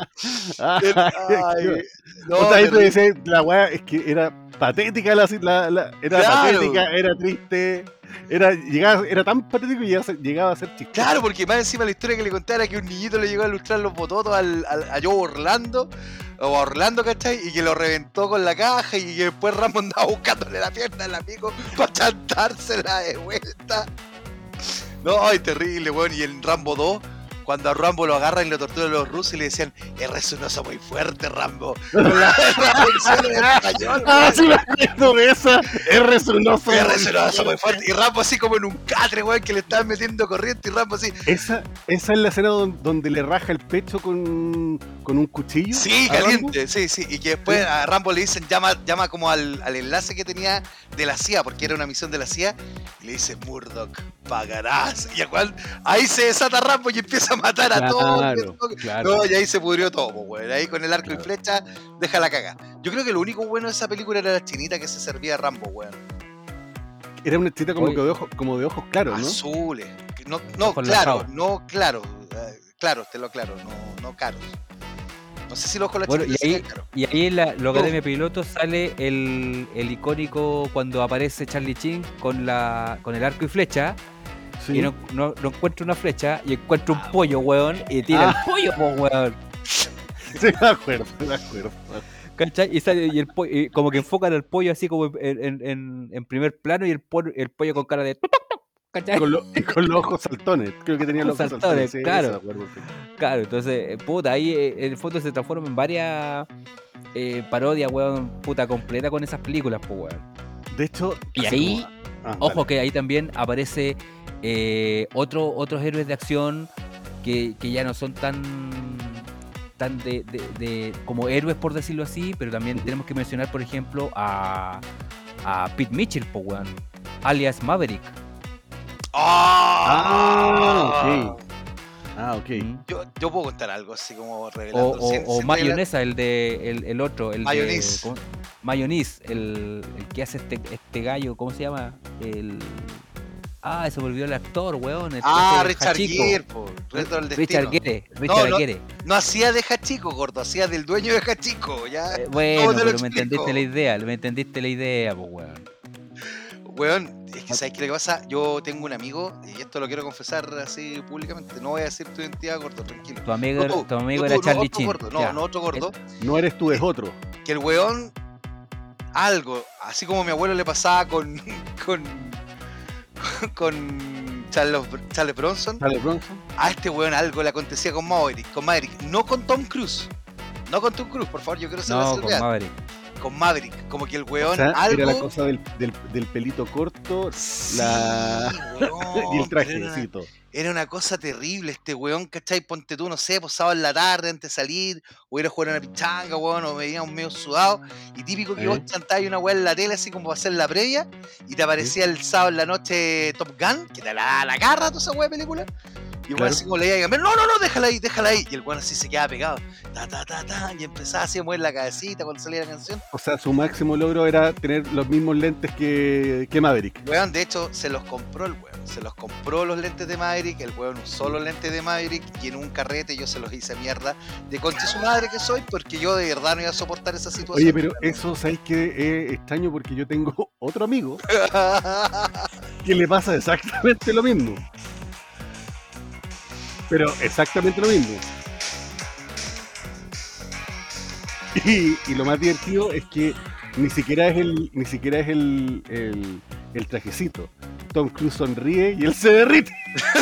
Ay, no, O sea, ahí te terrible. decía, la weá es que era patética era Claro. patética, era triste, era tan patético y llegaba a ser chistoso. Claro, porque más encima la historia que le conté era que un niñito le llegó a ilustrar los bototos a Joe Orlando, o a Orlando, ¿cachai? Y que lo reventó con la caja y que después Rambo andaba buscándole la pierna al amigo para chantársela de vuelta. No, ay, terrible, weón. Y en Rambo 2, cuando a Rambo lo agarran y lo torturan los rusos y le decían, eres un oso muy fuerte, Rambo. Con la versión en español, Ah, weón. sí me acuerdo de esa. Eres un oso. Eres un oso muy fuerte. Y Rambo así como en un catre, weón, que le estaban metiendo corriente y Rambo así, Esa es la escena donde le raja el pecho con un cuchillo. sí, a Rambo. caliente, sí, sí. Y que después a Rambo le dicen, llama como al enlace que tenía de la CIA, porque era una misión de la CIA, y le dice, Murdoch, pagarás. Y ahí se desata Rambo y empieza a matar a todos. Claro. No, y ahí se pudrió todo, güey. Ahí con el arco y flecha, deja la caga. Yo creo que lo único bueno de esa película era la chinita que se servía a Rambo, güey. Era una chita como, Oye. como de ojos claros, ¿no? Azules. No, Ojos claro, lazados. no claro. Claro, te lo aclaro, no caros. No sé si los ojos la Bueno, chinita y ahí, sean caros. y ahí en la Academia Piloto sale el icónico cuando aparece Charlie Chin con el arco y flecha. Sí. Y no encuentra una flecha y encuentra un pollo, weón, y tira el pollo, po, weón. Sí, me acuerdo. ¿Cachai? Y sale y como que enfocan al pollo así como en primer plano y el pollo con cara de ¿cachai? Con los ojos saltones. Creo que tenía los ojos Saltones, saltones. Sí, claro. eso me acuerdo, sí. Claro, entonces, puta, ahí en el fondo se transforma en varias parodias, weón, puta, completa con esas películas, pues, weón. De hecho, Y así ahí, como- ojo dale. que ahí también aparece otros héroes de acción que ya no son tan de como héroes, por decirlo así, pero también tenemos que mencionar, por ejemplo, a Pete Mitchell, po, weón, alias Maverick. Ah, ok. ¿Mm? Yo puedo contar algo así como revelando. O sin Mayonesa, el otro, el Mayonnaise. ¿cómo? Mayonnaise, el que hace este gallo, ¿cómo se llama? Se me olvidó el actor, weón. Richard Hachiko. Gere, po, Reto del Destino. Richard no. Gere. No hacía de Hachiko, gordo, hacía del dueño de Hachiko, ya. Bueno, ¿Cómo te lo pero me explico? entendiste la idea, pues, weón. Weón, es que ¿sabes qué le pasa? Yo tengo un amigo, y esto lo quiero confesar así públicamente, no voy a decir tu identidad, gordo, tranquilo. Tu amigo No tú, era no Charlie otro Chin. gordo, Ya. no otro gordo. No eres tú, es otro. Que el weón, así como a mi abuelo le pasaba con Charles Bronson, Charles Bronson. a este weón algo le acontecía con Maverick, no con Tom Cruise. No con Tom Cruise, por favor, yo quiero saber No, con Maverick. con Maverick, como que el O weón sea, algo. era la cosa del pelito corto Sí, y el weón, trajecito. Era una cosa terrible este weón, ¿cachai? Ponte tú, no sé, posado en la tarde antes de salir, o ir a jugar a una pichanga, weón, o veníamos medio sudados, y típico que vos chantabas una weá en la tele así como para hacer la previa, y te aparecía el sábado en la noche Top Gun, que te la garra toda esa weá de película, y el weón Claro. así como le iba a cambiar, no, déjala ahí, y el weón así se quedaba pegado, y empezaba así a mover la cabecita cuando salía la canción. O sea, su máximo logro era tener los mismos lentes que Maverick. Weón, de hecho, se los compró el weón. Se los compró los lentes de Maverick. El weón usó los lentes de Maverick y en un carrete yo se los hice mierda de concha su madre que soy porque yo de verdad no iba a soportar esa situación. Oye, pero eso, ¿sabéis que es extraño? Porque yo tengo otro amigo que le pasa exactamente lo mismo. Pero exactamente lo mismo. Y lo más divertido es que ni siquiera es el trajecito. Tom Cruise sonríe y él se derrite.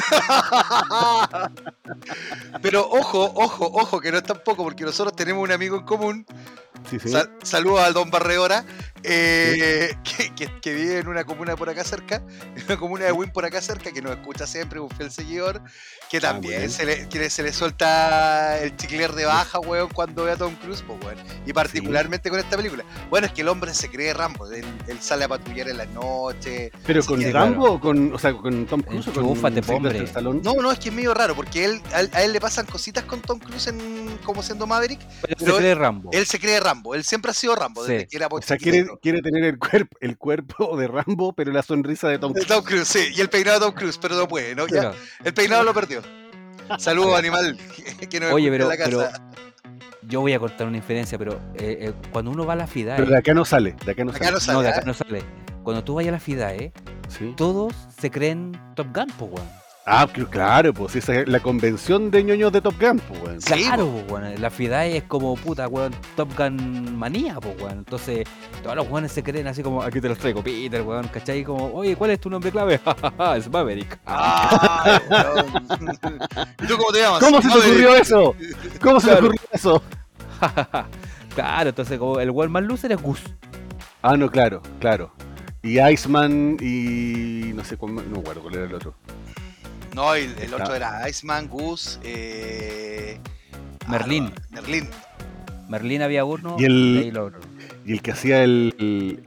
Pero ojo, que no es tampoco, porque nosotros tenemos un amigo en común. Sí, sí. Saludos al Don Barreora, que vive en una comuna por acá cerca, en una comuna de Win por acá cerca, que nos escucha siempre, un fiel seguidor, que también bueno. se le suelta el chicler de baja, weón, cuando ve a Tom Cruise, pues, weón. Y particularmente con esta película. Bueno, es que el hombre se cree Rambo, él sale a patrullar en la noche. ¿Pero con que, Rambo o con, o sea, con Tom Cruise o con Enchúfate, po, hombre. Sylvester Stallone? No, es que es medio raro, porque a él le pasan cositas con Tom Cruise como siendo Maverick, Pero se cree Rambo. él se cree Rambo, él siempre ha sido Rambo, desde Sí. que era O sea, chiquitito. quiere tener el cuerpo de Rambo, pero la sonrisa de Tom De Cruise. Tom Cruise, sí, y el peinado de Tom Cruise, pero no puede, ¿no? Ya, Claro. el peinado lo perdió. Saludos, animal, que nos Oye, escucha en pero la casa. yo voy a contar una inferencia, pero cuando uno va a la FIDAE, Pero de acá no sale, de acá no Acá sale. no sale, no, de acá ¿eh? no sale. Cuando tú vayas a la FIDAE, Sí. todos se creen Top Gun, po, weón. Ah, claro, pues esa es la convención de ñoños de Top Gun, pues, weón. Sí, Claro, po, weón. La FIDAE es como puta, weón, Top Gun manía, po, weón. Entonces, todos los weones se creen así como, aquí te los traigo, Peter, weón, ¿cachai? Como, oye, ¿cuál es tu nombre clave? Es Maverick. Ay, weón. ¿Y tú cómo te llamas? ¿Cómo se te Maverick. ocurrió eso? ¿Cómo se te Claro. ocurrió eso? Claro, entonces como el weón más loser es Gus. Ah, no, claro. Y Iceman y no sé cuál, no me acuerdo cuál era el otro. No, el Está. otro era Iceman, Goose, Merlín. Merlín. Merlín había uno Y el- de ahí lo otro. Y el que hacía el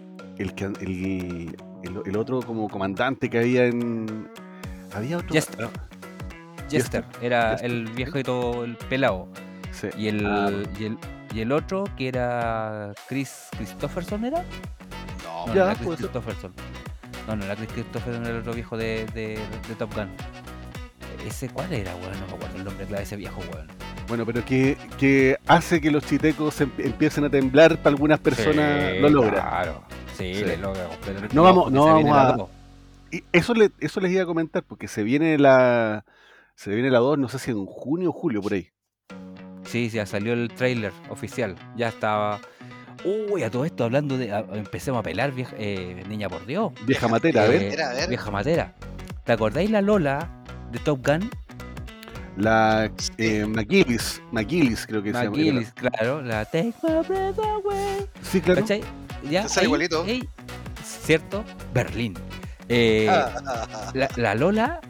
otro como comandante que había en... Había otro... Jester. ah, Jester, era Jester, el viejo y todo el pelado. sí. Y el, Ah, y el otro que era Christopherson, ¿era? No, No, Ya, no era Chris puede ser. Christopherson. No era Chris Christopherson, era el otro viejo de Top Gun. ¿Ese cuál era, weón? No me acuerdo el nombre clave de ese viejo, weón. Bueno, pero que hace que los chitecos empiecen a temblar para algunas personas, Sí, lo logra. Claro. Sí, Sí. le logra completamente. No vamos- porque no se viene vamos la a- dos. Y eso les iba a comentar, porque se viene la 2, no sé si en junio o julio, por ahí. Sí, ya salió el trailer oficial. Ya estaba. Uy, a todo esto hablando de. Empecemos a pelar, niña por Dios. Vieja matera, a ver. a ver. Vieja matera. ¿Te acordáis la Lola de Top Gun? La Sí. McGillis creo que se llama. McGillis, claro. La Take My Breath Away. Sí, claro. ¿Cachai? Ya, Te sale igualito. ¿cierto? Berlín. Ah, La Lola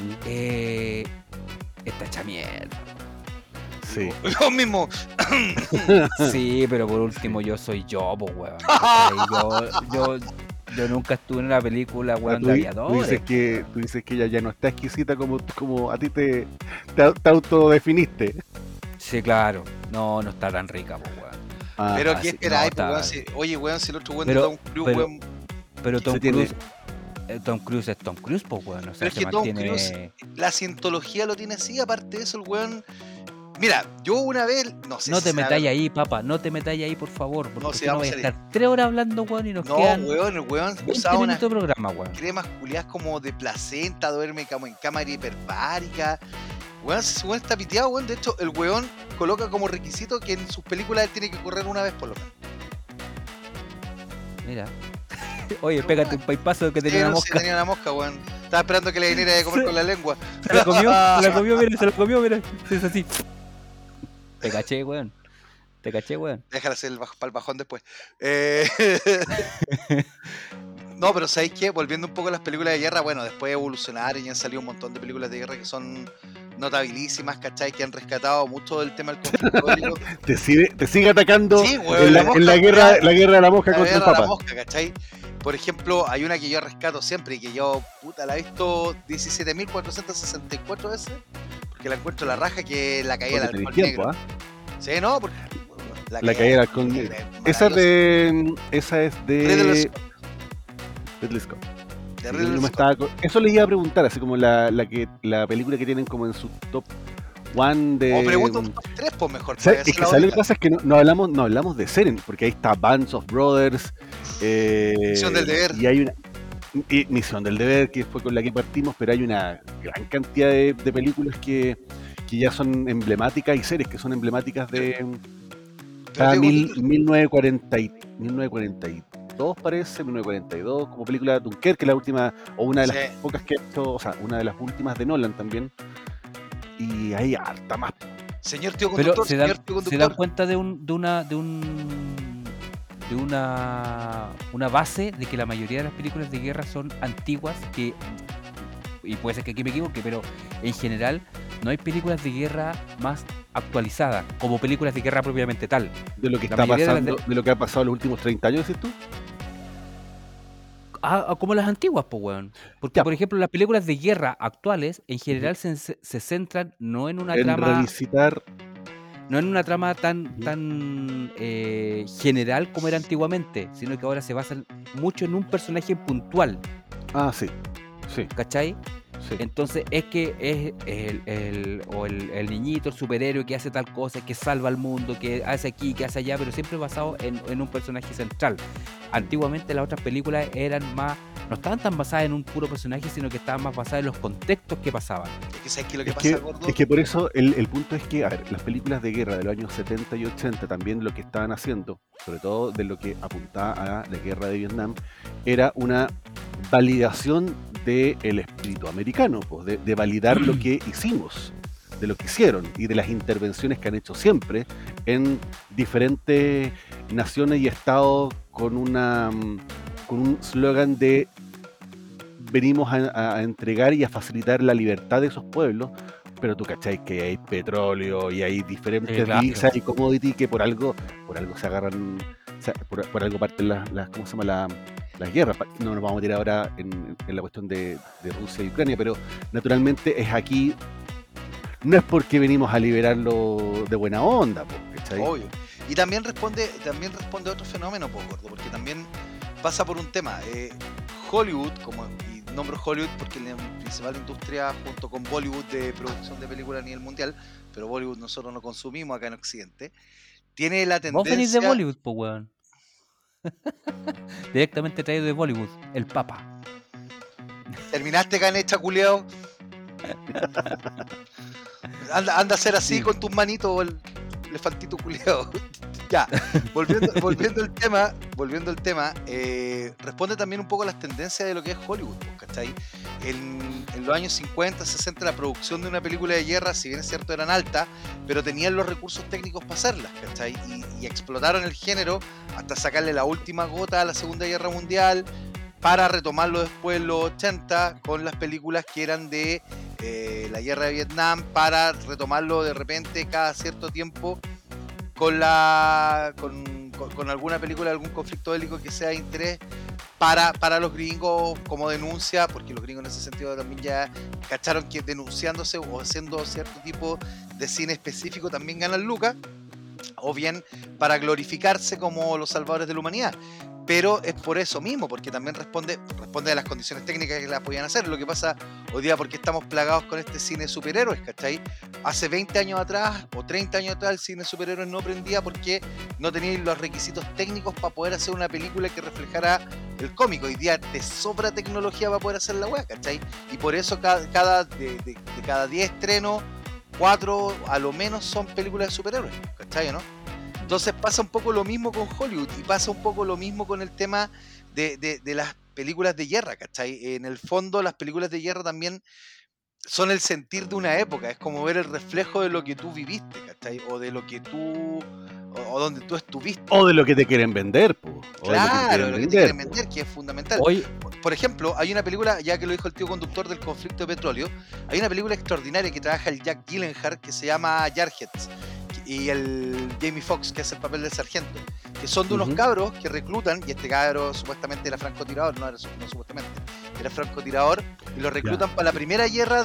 está hecha mierda. Sí. Lo mismo. Sí, pero por último yo soy yo, pues, weón. ¿Cachai? Yo nunca estuve en una película, Ah, weón, tú, de tú aviadores. dices que ella ya no está exquisita como a ti te autodefiniste. Sí, claro. No está tan rica, pues, weón. Ah, Pero así ¿qué que esperáis, no, pues, está- weón? Oye, weón, si el otro weón de Pero- Tom Cruise, pero- weón. Pero Tom se tiene- Cruise... Tom Cruise es Tom Cruise, pues, weón. O sea, Pero es se que Tom mantiene... Cruise, la cientología lo tiene así, aparte de eso, el weón. Mira, yo una vez, no sé No si te será metáis verdad. ahí, papá. No te metáis ahí, por favor. Porque No, sí, si no vamos voy a a salir. estar 3 horas hablando, weón, y nos No, quedan weón, el weón 20 usaba unas minutos de programa, weón. cremas culiadas como de placenta, duerme como en cámara hiperbárica. Weón, ese weón está piteado, weón. De hecho, el weón coloca como requisito que en sus películas él tiene que correr una vez por lo menos. Mira. Oye, pégate un paipazo que Sí, tenía una no, sí, mosca. tenía una mosca, weón. Estaba esperando que le viniera de comer Sí. con la lengua. Se la comió, mira. Sí, es así. Te caché, weón. Déjala hacer para el bajón después. No, pero ¿sabéis qué? Volviendo un poco a las películas de guerra, bueno, después evolucionaron y han salido un montón de películas de guerra que son notabilísimas, ¿cachai? Que han rescatado mucho del tema del conflicto bélico. te sigue atacando Sí, weón, en la la, mosca, en la guerra, weón. la guerra de la mosca La contra el guerra de la Papa. mosca, ¿cachai? Por ejemplo, hay una que yo rescato siempre y que yo, puta, la he visto 17.464 veces, porque la encuentro la raja, que la caída Porque del tenés alcohol tiempo, negro. ¿ah? Sí, ¿no? Porque La caída del alcohol negro. Esa es de Ridley Scott. Ridley Scott. De Sí, Ridley no me Scott. estaba eso les iba a preguntar, así como la película que tienen como en su top one de. O pregunta un top 3, pues mejor. ¿Sabes? para Es que hacer la ¿sabes lo que otra. pasa? Es que no hablamos de Seren, porque ahí está Bands of Brothers. Misión del Deber. Y hay una. Y Misión del Deber, que fue con la que partimos, pero hay una gran cantidad de películas que ya son emblemáticas y series que son emblemáticas de. Pero te digo, 1940 y 1942 parece, 1942, como película de Dunkerque, la última, o una de las Sí. pocas que ha hecho, o sea, una de las últimas de Nolan también. Y hay harta más. Señor tío Pero conductor, señor tío se dan conductor. cuenta de una base de que la mayoría de las películas de guerra son antiguas, y puede ser que aquí me equivoque, pero en general no hay películas de guerra más actualizadas como películas de guerra propiamente tal. De lo que La está mayoría de las pasando, de lo que ha pasado en los últimos 30 años, ¿decís tú? como las antiguas, pues, weón. Porque, Ya, por ejemplo, las películas de guerra actuales en general se centran no en una en trama, revisitar. tan general como era antiguamente, sino que ahora se basan mucho en un personaje puntual, Ah, sí, sí, ¿cachai? sí. Entonces es que es el niñito, el superhéroe que hace tal cosa, que salva al mundo, que hace aquí, que hace allá, pero siempre basado en un personaje central. Antiguamente las otras películas no estaban tan basadas en un puro personaje, sino que estaban más basadas en los contextos que pasaban. Es que sabes que lo que Es pasa, que, gordo. es que por eso el punto es que, a ver, las películas de guerra de los años 70 y 80, también lo que estaban haciendo, sobre todo de lo que apuntaba a la guerra de Vietnam, era una validación del espíritu americano, pues, de validar lo que hicimos, de lo que hicieron y de las intervenciones que han hecho siempre en diferentes naciones y estados con un slogan de venimos a entregar y a facilitar la libertad de esos pueblos, pero tú cacháis que hay petróleo y hay diferentes Claro. divisas y commodities que por algo se agarran, por algo parten ¿cómo se llama? Las guerras. No nos vamos a tirar ahora en la cuestión de Rusia y Ucrania, pero naturalmente es aquí, no es porque venimos a liberarlo de buena onda, ¿cachai? Obvio. Y también responde a otro fenómeno, pues, gordo, porque también pasa por un tema. Hollywood, y nombro Hollywood porque es la principal industria junto con Bollywood de producción de películas a nivel mundial, pero Bollywood nosotros no consumimos acá en Occidente, tiene la Vos venís de tendencia... Bollywood, pues, weón. Directamente traído de Bollywood, el Papa. ¿Terminaste, canecha, culiao? Anda a hacer así Sí. con tus manitos, el elefantito culiao. Ya, volviendo al tema, responde también un poco a las tendencias de lo que es Hollywood, ¿cachai? En los años 50, 60, la producción de una película de guerra, si bien es cierto, eran altas, pero tenían los recursos técnicos para hacerlas, ¿cachai? Y explotaron el género hasta sacarle la última gota a la Segunda Guerra Mundial, para retomarlo después en los 80 con las películas que eran de la guerra de Vietnam, para retomarlo de repente cada cierto tiempo con alguna película de algún conflicto bélico que sea de interés para los gringos como denuncia, porque los gringos en ese sentido también ya cacharon que denunciándose o haciendo cierto tipo de cine específico también ganan lucas, o bien para glorificarse como los salvadores de la humanidad. Pero es por eso mismo, porque también responde a las condiciones técnicas que las podían hacer. Lo que pasa hoy día, porque estamos plagados con este cine de superhéroes, ¿cachai? Hace 20 años atrás o 30 años atrás el cine de superhéroes no prendía porque no teníais los requisitos técnicos para poder hacer una película que reflejara el cómic. Hoy día te sobra tecnología para poder hacer la weá, ¿cachai? Y por eso de cada 10 estrenos, 4 a lo menos son películas de superhéroes, ¿cachai? ¿No? Entonces pasa un poco lo mismo con Hollywood y pasa un poco lo mismo con el tema de las películas de guerra, ¿cachai? En el fondo las películas de guerra también son el sentir de una época, es como ver el reflejo de lo que tú viviste, ¿cachai? O de lo que tú... o donde tú estuviste. O de lo que te quieren vender, po. Claro, de lo que te quieren vender, que es fundamental. Hoy, Por ejemplo, hay una película, ya que lo dijo el tío conductor del conflicto de petróleo, hay una película extraordinaria que trabaja el Jack Gyllenhaal que se llama Jarheads, y el Jamie Foxx, que hace el papel del sargento, que son de unos cabros que reclutan, y este cabro supuestamente era francotirador, no supuestamente, era francotirador, y lo reclutan para la primera guerra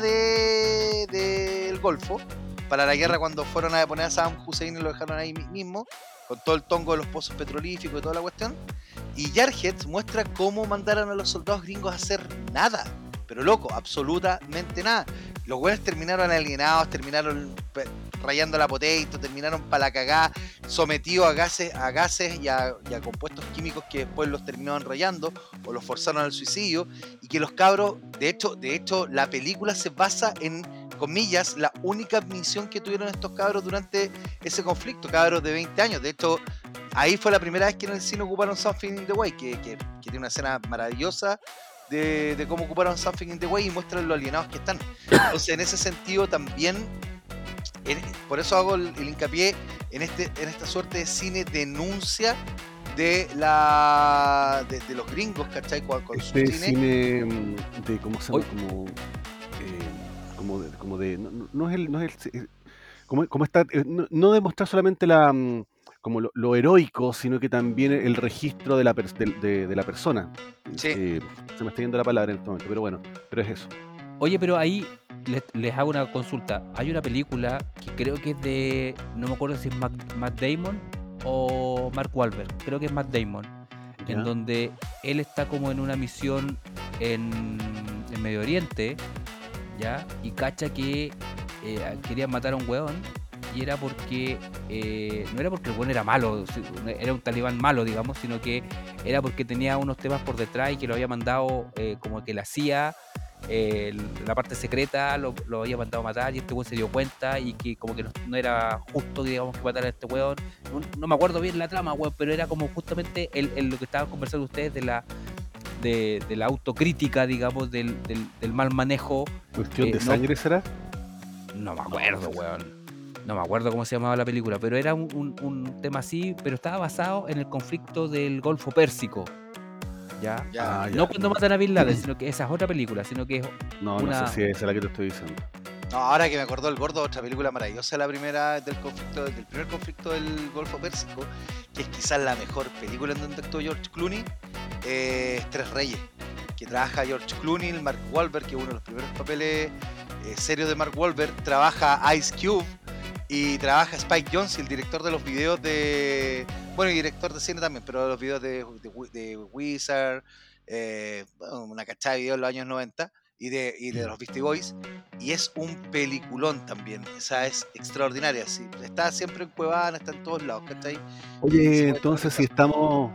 del Golfo, para la guerra cuando fueron a deponer a Saddam Hussein y lo dejaron ahí mismo, con todo el tongo de los pozos petrolíficos y toda la cuestión. Y Jarheads muestra cómo mandaron a los soldados gringos a hacer nada, pero loco, absolutamente nada. Los güeyes terminaron alienados, terminaron rayando la potato, terminaron para la cagada, sometidos a gases y a compuestos químicos que después los terminaron rayando o los forzaron al suicidio, y que los cabros, de hecho la película se basa en, comillas, la única misión que tuvieron estos cabros durante ese conflicto, cabros de 20 años. De hecho, ahí fue la primera vez que en el cine ocuparon Something in the Way, que tiene una escena maravillosa de cómo ocuparon Something in the Way y muestran lo alienados que están. Entonces, en ese sentido también, por eso hago el hincapié en esta suerte de cine denuncia de los gringos, ¿cachai? Con su cine de, ¿cómo se llama? Como está, no demostrar solamente como lo heroico, sino que también el registro de la persona. Sí. Se me está yendo la palabra en este momento, pero bueno, pero es eso. Oye, pero ahí les hago una consulta. Hay una película que creo que es de, no me acuerdo si es Matt Damon o Mark Wahlberg, creo que es Matt Damon, ¿Ya? en donde él está como en una misión en Medio Oriente, ¿ya? Y cacha que querían matar a un weón, y era porque no era porque el weón era malo, era un talibán malo, digamos, sino que era porque tenía unos temas por detrás y que lo había mandado como que la CIA, la parte secreta lo había mandado a matar, y este weón se dio cuenta y que como que no era justo, digamos, que matara a este weón. No me acuerdo bien la trama, weón, pero era como justamente lo que estaban conversando ustedes de la autocrítica, digamos, del mal manejo. ¿Cuestión de sangre será? No me acuerdo, weón. No me acuerdo cómo se llamaba la película, pero era un tema así, pero estaba basado en el conflicto del Golfo Pérsico. ¿Ya? Ya. No cuando matan a Bin Laden, sino que esa es otra película, sino que es No sé si esa es la que te estoy diciendo. No, ahora que me acordó el gordo, otra película maravillosa, la primera del primer conflicto del Golfo Pérsico, que es quizás la mejor película en donde actuó George Clooney, Tres Reyes, que trabaja George Clooney, el Mark Wahlberg, que es uno de los primeros papeles serios de Mark Wahlberg, trabaja Ice Cube y trabaja Spike Jonze, el director de los videos y director de cine también, pero de los videos de Wizard, una cachada de videos en los años 90 y de los Beastie Boys, y es un peliculón también. Esa es extraordinaria, sí. Está siempre en Cuevana, está en todos lados, ¿cachai? Oye, entonces si estamos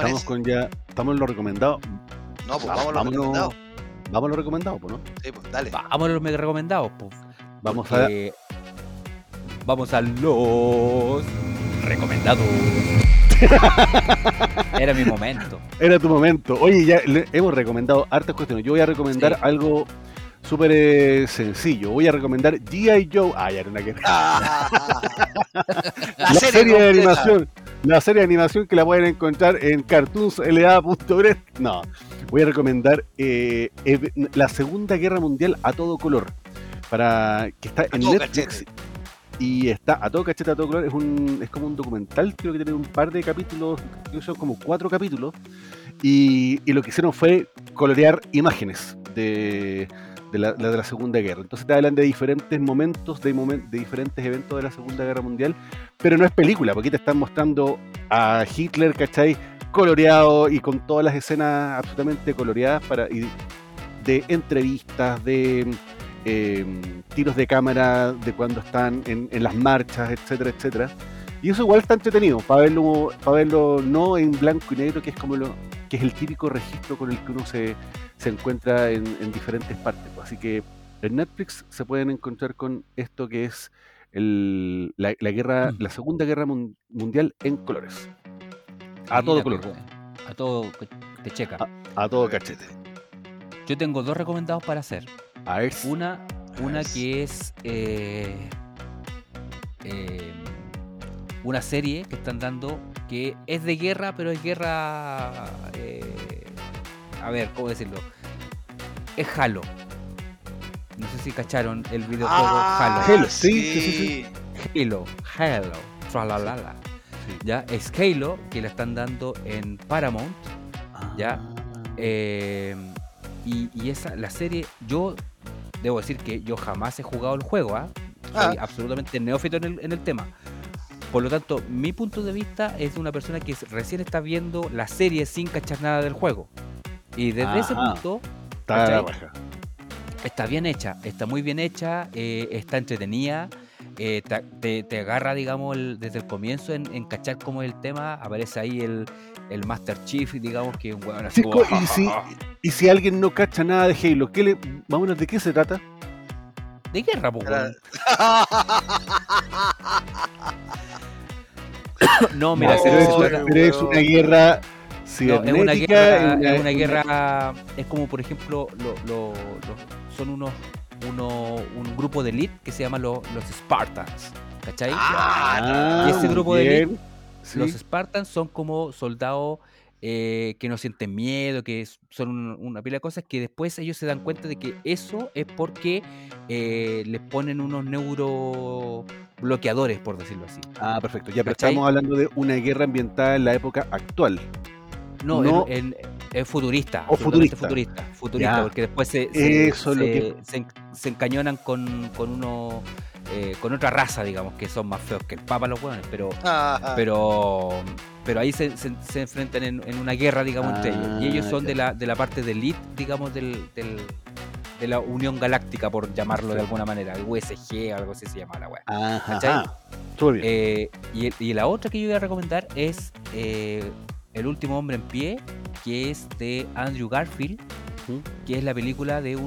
en lo recomendado. No, pues vamos a lo recomendado. Vamos a lo recomendado, pues, ¿no? Sí, pues dale. Vamos a los mega recomendados, pues. Vamos a los recomendados. Era mi momento. Era tu momento. Oye, ya hemos recomendado hartas cuestiones. Yo voy a recomendar algo súper sencillo. Voy a recomendar G.I. Joe. Ya era una que... la serie de animación. La serie de animación que la pueden encontrar en cartoonsla.net. No, voy a recomendar la Segunda Guerra Mundial a todo color. Que está en Netflix. Y está a todo cachete, a todo color. Es como un documental, creo que tiene un par de capítulos, creo que son como 4 capítulos. Y lo que hicieron fue colorear imágenes de la Segunda Guerra. Entonces te hablan de diferentes momentos, de diferentes eventos de la Segunda Guerra Mundial. Pero no es película, porque aquí te están mostrando a Hitler, ¿cachai? Coloreado y con todas las escenas absolutamente coloreadas de entrevistas, de... tiros de cámara de cuando están en las marchas, etcétera, etcétera. Y eso igual está entretenido para verlo no en blanco y negro, que es como que es el típico registro con el que uno se encuentra en diferentes partes. Así que en Netflix se pueden encontrar con esto que es la Segunda Guerra Mundial en colores. A todo color. A todo te checa. A todo cachete. Yo tengo 2 recomendados para hacer. A ver. Una que es una serie que están dando que es de guerra, pero es guerra, a ver, ¿cómo decirlo? Es Halo. No sé si cacharon el videojuego Halo. Halo, sí. Halo, tralalala. Sí. Ya, es Halo, que la están dando en Paramount, ya. Y la serie, yo debo decir que yo jamás he jugado el juego, soy absolutamente neófito en el tema. Por lo tanto, mi punto de vista es de una persona que recién está viendo la serie sin cachar nada del juego. Y desde ese punto está bien hecha, está muy bien hecha, está entretenida, te agarra, digamos, desde el comienzo en cachar cómo es el tema. Aparece ahí el Master Chief, digamos, que es un huevón así. Y si alguien no cacha nada de Halo, más o menos de qué se trata? De guerra, pues, weón. No, mira, No, se pero, trata- pero es una guerra no, cibernética. es una guerra, es como por ejemplo, son un grupo de elite que se llama los Spartans, ¿cachai? Y ese grupo de bien. elite, Sí. los Spartans son como soldados que no sienten miedo, que son una pila de cosas que después ellos se dan cuenta de que eso es porque les ponen unos neurobloqueadores, por decirlo así. Ah, perfecto. Ya, pero ¿Cachai? estamos hablando de una guerra ambientada en la época actual. No, No. es futurista. O absolutamente futurista. Futurista, Ya. porque después se Eso es lo que- se encañonan con uno con otra raza, digamos, que son más feos que el Papa los hueones, pero ahí se enfrentan en una guerra, digamos, entre ellos. Y ellos son ya. de la parte de elite, digamos, de la Unión Galáctica, por llamarlo de alguna manera, el USG, algo así se llama la weá. Ajá. ¿Cachai? Súper bien. Y la otra que yo voy a recomendar es El último hombre en pie, que es de Andrew Garfield, Ujú. que es la película de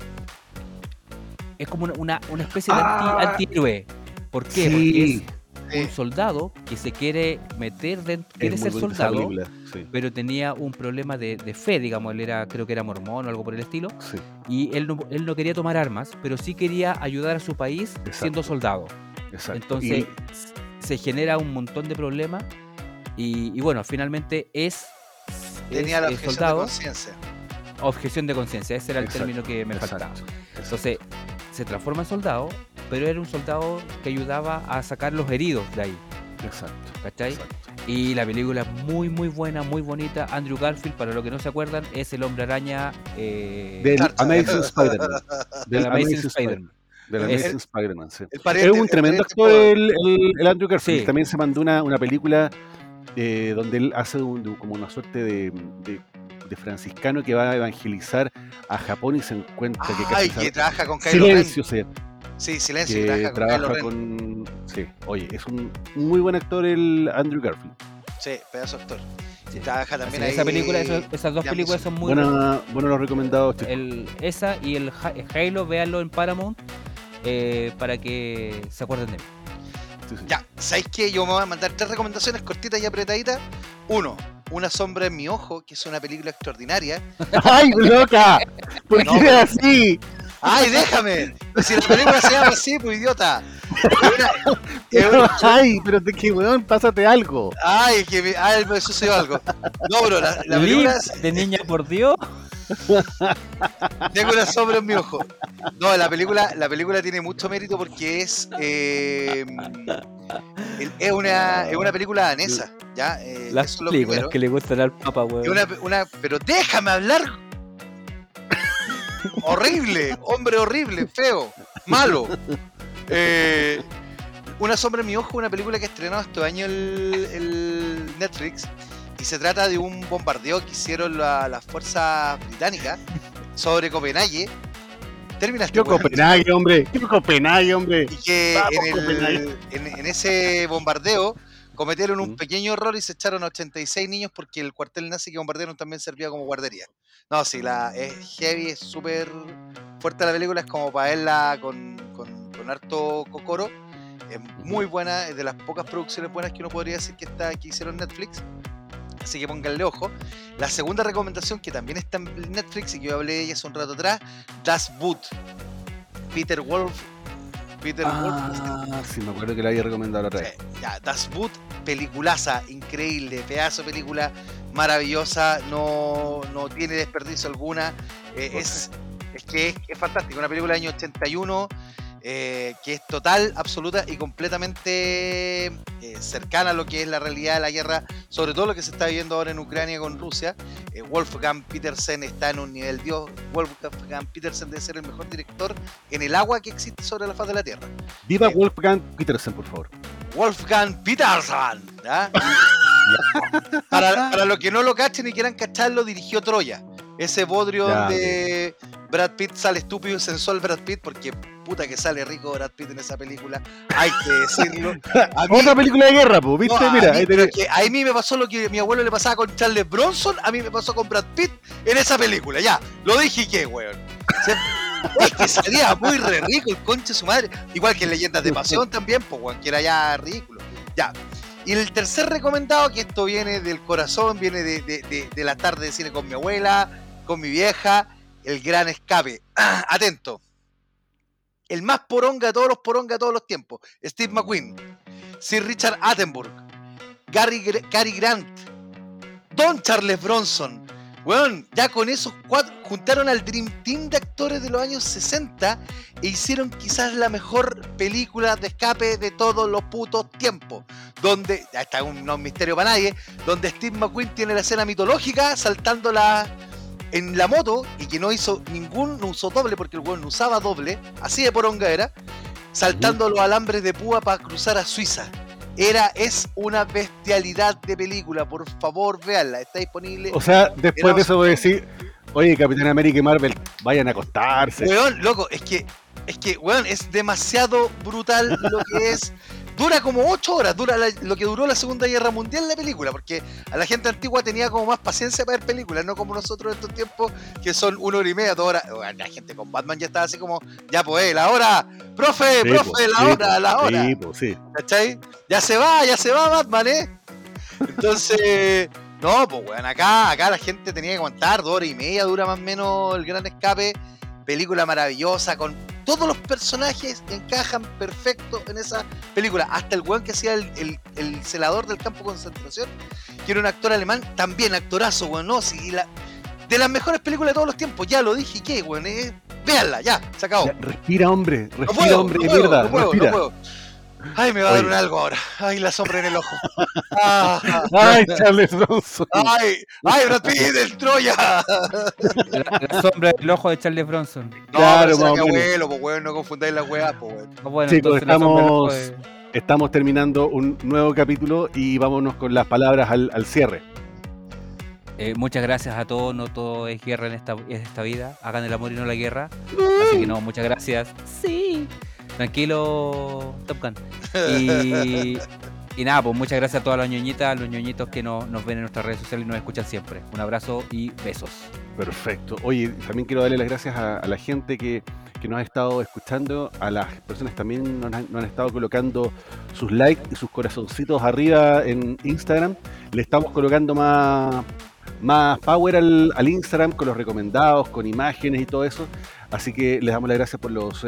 es como una especie de antihéroe. ¿Por qué? Sí. Porque es un soldado que se quiere meter dentro, quiere Es ser muy bonita esa soldado, película, sí. pero tenía un problema de fe, digamos. Él creo que era mormón o algo por el estilo, Sí, y él no quería tomar armas, pero sí quería ayudar a su país siendo soldado. exacto. Entonces se genera un montón de problemas y bueno, finalmente Tenía la es objeción de soldado, conciencia. objeción de conciencia, ese era el Exacto, término que me exacto, faltaba. exacto. Entonces se transforma en soldado, pero era un soldado que ayudaba a sacar los heridos de ahí, Exacto. ¿cachai? Exacto. Y la película es muy muy buena, muy bonita. Andrew Garfield, para los que no se acuerdan, es el hombre araña Del Amazing Spider-Man. del Amazing Spider-Man. Del Es- Amazing Spider-Man, sí. El pariente- Es un el tremendo pariente actor por- el Andrew Garfield. Sí. También se mandó una película donde él hace como una suerte de franciscano que va a evangelizar a Japón y se encuentra que Ay, casi que trabaja con Kylo Silencio, Ren. sí, Sí, Silencio, que que trabaja con Kylo trabaja Ren. con... Sí, oye, es un muy buen actor el Andrew Garfield. Sí, pedazo de actor. Sí. Trabaja Así también que ahí. esa película, esas dos ya películas mismo. son muy buenas. Bueno, los recomendados, chicos. Esa y el Halo, véanlo en Paramount para que se acuerden de mí. Sí, sí. Ya, ¿sabéis qué? Yo me voy a mandar 3 recomendaciones cortitas y apretaditas. 1, Una sombra en mi ojo, que es una película extraordinaria. ¡Ay, loca! ¿Por No, qué pero- eres así? ¡Ay, déjame! Si la película se llama así, pues idiota. Es una- Ay, pero de que, weón, pásate algo. Ay, me sucedió algo. No, bro, la película es... de niña, por Dios. Tengo una sombra en mi ojo. No, la película tiene mucho mérito porque es una película danesa, ¿ya? Las eso es lo películas primero. que le gustan al Papa, weón. Pero déjame hablar. Horrible, hombre horrible, feo, malo. Una sombra en mi ojo, una película que ha estrenado este año el Netflix, y se trata de un bombardeo que hicieron las fuerzas británicas sobre Copenhague. Terminaste, ¿Qué weón. Copenhague, hombre? ¿Qué Copenhague, hombre? Y que Vamos, Copenhague. en ese bombardeo cometieron un Mm. pequeño error y se echaron a 86 niños porque el cuartel nazi que bombardearon también servía como guardería. No, sí, es heavy, es súper fuerte la película, es como para verla con harto cocoro. Es muy buena, es de las pocas producciones buenas que uno podría decir que hicieron Netflix. Así que pónganle ojo. La segunda recomendación, que también está en Netflix y que yo hablé de ella hace un rato atrás, Das Boot. Peter Wolf. Sí, me acuerdo que la había recomendado la otra vez. Ya, Das Boot, peliculaza, increíble, pedazo de película maravillosa, no tiene desperdicio alguna. Es que es fantástica, una película del año 81. Que es total, absoluta y completamente cercana a lo que es la realidad de la guerra, sobre todo lo que se está viviendo ahora en Ucrania con Rusia. Wolfgang Petersen está en un nivel dios. Wolfgang Petersen debe ser el mejor director en el agua que existe sobre la faz de la Tierra. Viva Wolfgang Petersen, por favor. Wolfgang Petersen, ¿ya? para los que no lo cachen y quieran cacharlo, dirigió Troya. Ese bodrio Ya, donde Brad Pitt sale estúpido y sensual Brad Pitt, porque puta que sale rico Brad Pitt en esa película, hay que decirlo. A mí, Otra película de guerra, pues, ¿viste? no, Mira, a mí, ahí pero tenés. es que a mí me pasó lo que a mi abuelo le pasaba con Charles Bronson, a mí me pasó con Brad Pitt en esa película, ya, lo dije y qué, weón. Es que salía muy re rico el conche de su madre, igual que en Leyendas de Pasión también, pues weón, que era ya ridículo. Ya. Y el tercer recomendado, que esto viene del corazón, viene de la tarde de cine con mi abuela, con mi vieja, El Gran Escape. Atento. El más poronga de todos los tiempos, Steve McQueen, Sir Richard Attenborough, Cary Grant, Don Charles Bronson. Bueno, ya con esos 4 juntaron al Dream Team de actores de los años 60 e hicieron quizás la mejor película de escape de todos los putos tiempos. Donde, ya está no es misterio para nadie, donde Steve McQueen tiene la escena mitológica saltándola en la moto y que no usó doble porque el weón no usaba doble, así de poronga era, saltando los alambres de púa para cruzar a Suiza. Es una bestialidad de película, por favor, véanla, está disponible. O sea, después de eso voy a decir, oye, Capitán América y Marvel, vayan a acostarse. Weón, loco, es que, weón, es demasiado brutal lo que es. Dura como 8 horas, lo que duró la Segunda Guerra Mundial la película, porque a la gente antigua tenía como más paciencia para ver películas, no como nosotros en estos tiempos, que son 1 hora y media, 2 horas. La gente con Batman ya estaba así como, ya pues, la hora, profe, la hora. Sí, pues, sí. ¿Cachai? Ya se va Batman, Entonces, no, pues weón, acá la gente tenía que aguantar 2 horas y media, dura más o menos El Gran Escape. Película maravillosa, con todos los personajes encajan perfecto en esa película. Hasta el weón que hacía el celador del campo de concentración, que era un actor alemán, también actorazo, weón, ¿no? Sí, de las mejores películas de todos los tiempos, ya lo dije, ¿qué, weón? Véanla, ya, se acabó. Ya, respira, hombre, hombre, de mierda, no puedo. Ay, me va a dar un algo ahora. Ay, la sombra en el ojo. Ay, Charles Bronson. Ay, Brad Pitt, el Troya. La sombra del ojo de Charles Bronson. No, claro, pero que abuelo, pues weón, no confundáis la weá, pues weón. Bueno, chicos, estamos terminando un nuevo capítulo y vámonos con las palabras al cierre. Muchas gracias a todos, no todo es guerra en esta vida. Hagan el amor y no la guerra. Así que no, muchas gracias. Sí. Tranquilo, Top Gun. Y nada, pues muchas gracias a todas las ñoñitas, los ñoñitos que nos ven en nuestras redes sociales y nos escuchan siempre. Un abrazo y besos. Perfecto. Oye, también quiero darle las gracias a la gente que nos ha estado escuchando, a las personas también nos han estado colocando sus likes y sus corazoncitos arriba en Instagram. Le estamos colocando más power al Instagram con los recomendados, con imágenes y todo eso. Así que les damos las gracias por los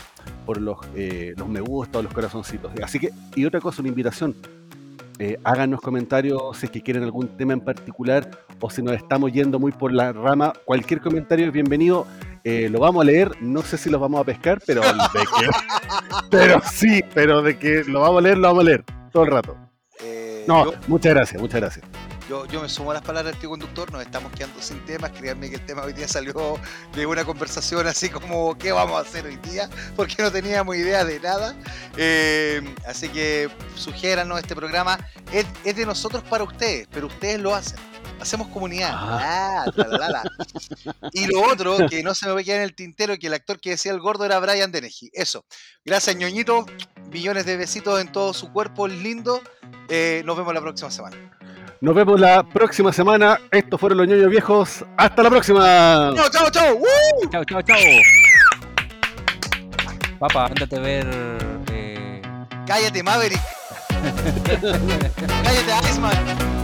me gusta, los corazoncitos. Así que, y otra cosa, una invitación. Háganos comentarios si es que quieren algún tema en particular o si nos estamos yendo muy por la rama. Cualquier comentario es bienvenido. Lo vamos a leer. No sé si los vamos a pescar, pero de que lo vamos a leer todo el rato. Muchas gracias. Yo me sumo a las palabras del tío conductor, nos estamos quedando sin temas, créanme que el tema hoy día salió de una conversación así como ¿qué vamos a hacer hoy día? Porque no teníamos idea de nada, así que sugiéranos, este programa es de nosotros para ustedes, pero ustedes lo hacen, hacemos comunidad. Y lo otro, que no se me va a quedar en el tintero, que el actor que decía el gordo era Brian Dennehy, eso, gracias ñoñito, millones de besitos en todo su cuerpo lindo, nos vemos la próxima semana. Nos vemos la próxima semana. Estos fueron los ñoños viejos. ¡Hasta la próxima! ¡Chao! ¡Chao! Papá, ándate a ver... ¡Cállate, Maverick! ¡Cállate, Iceman!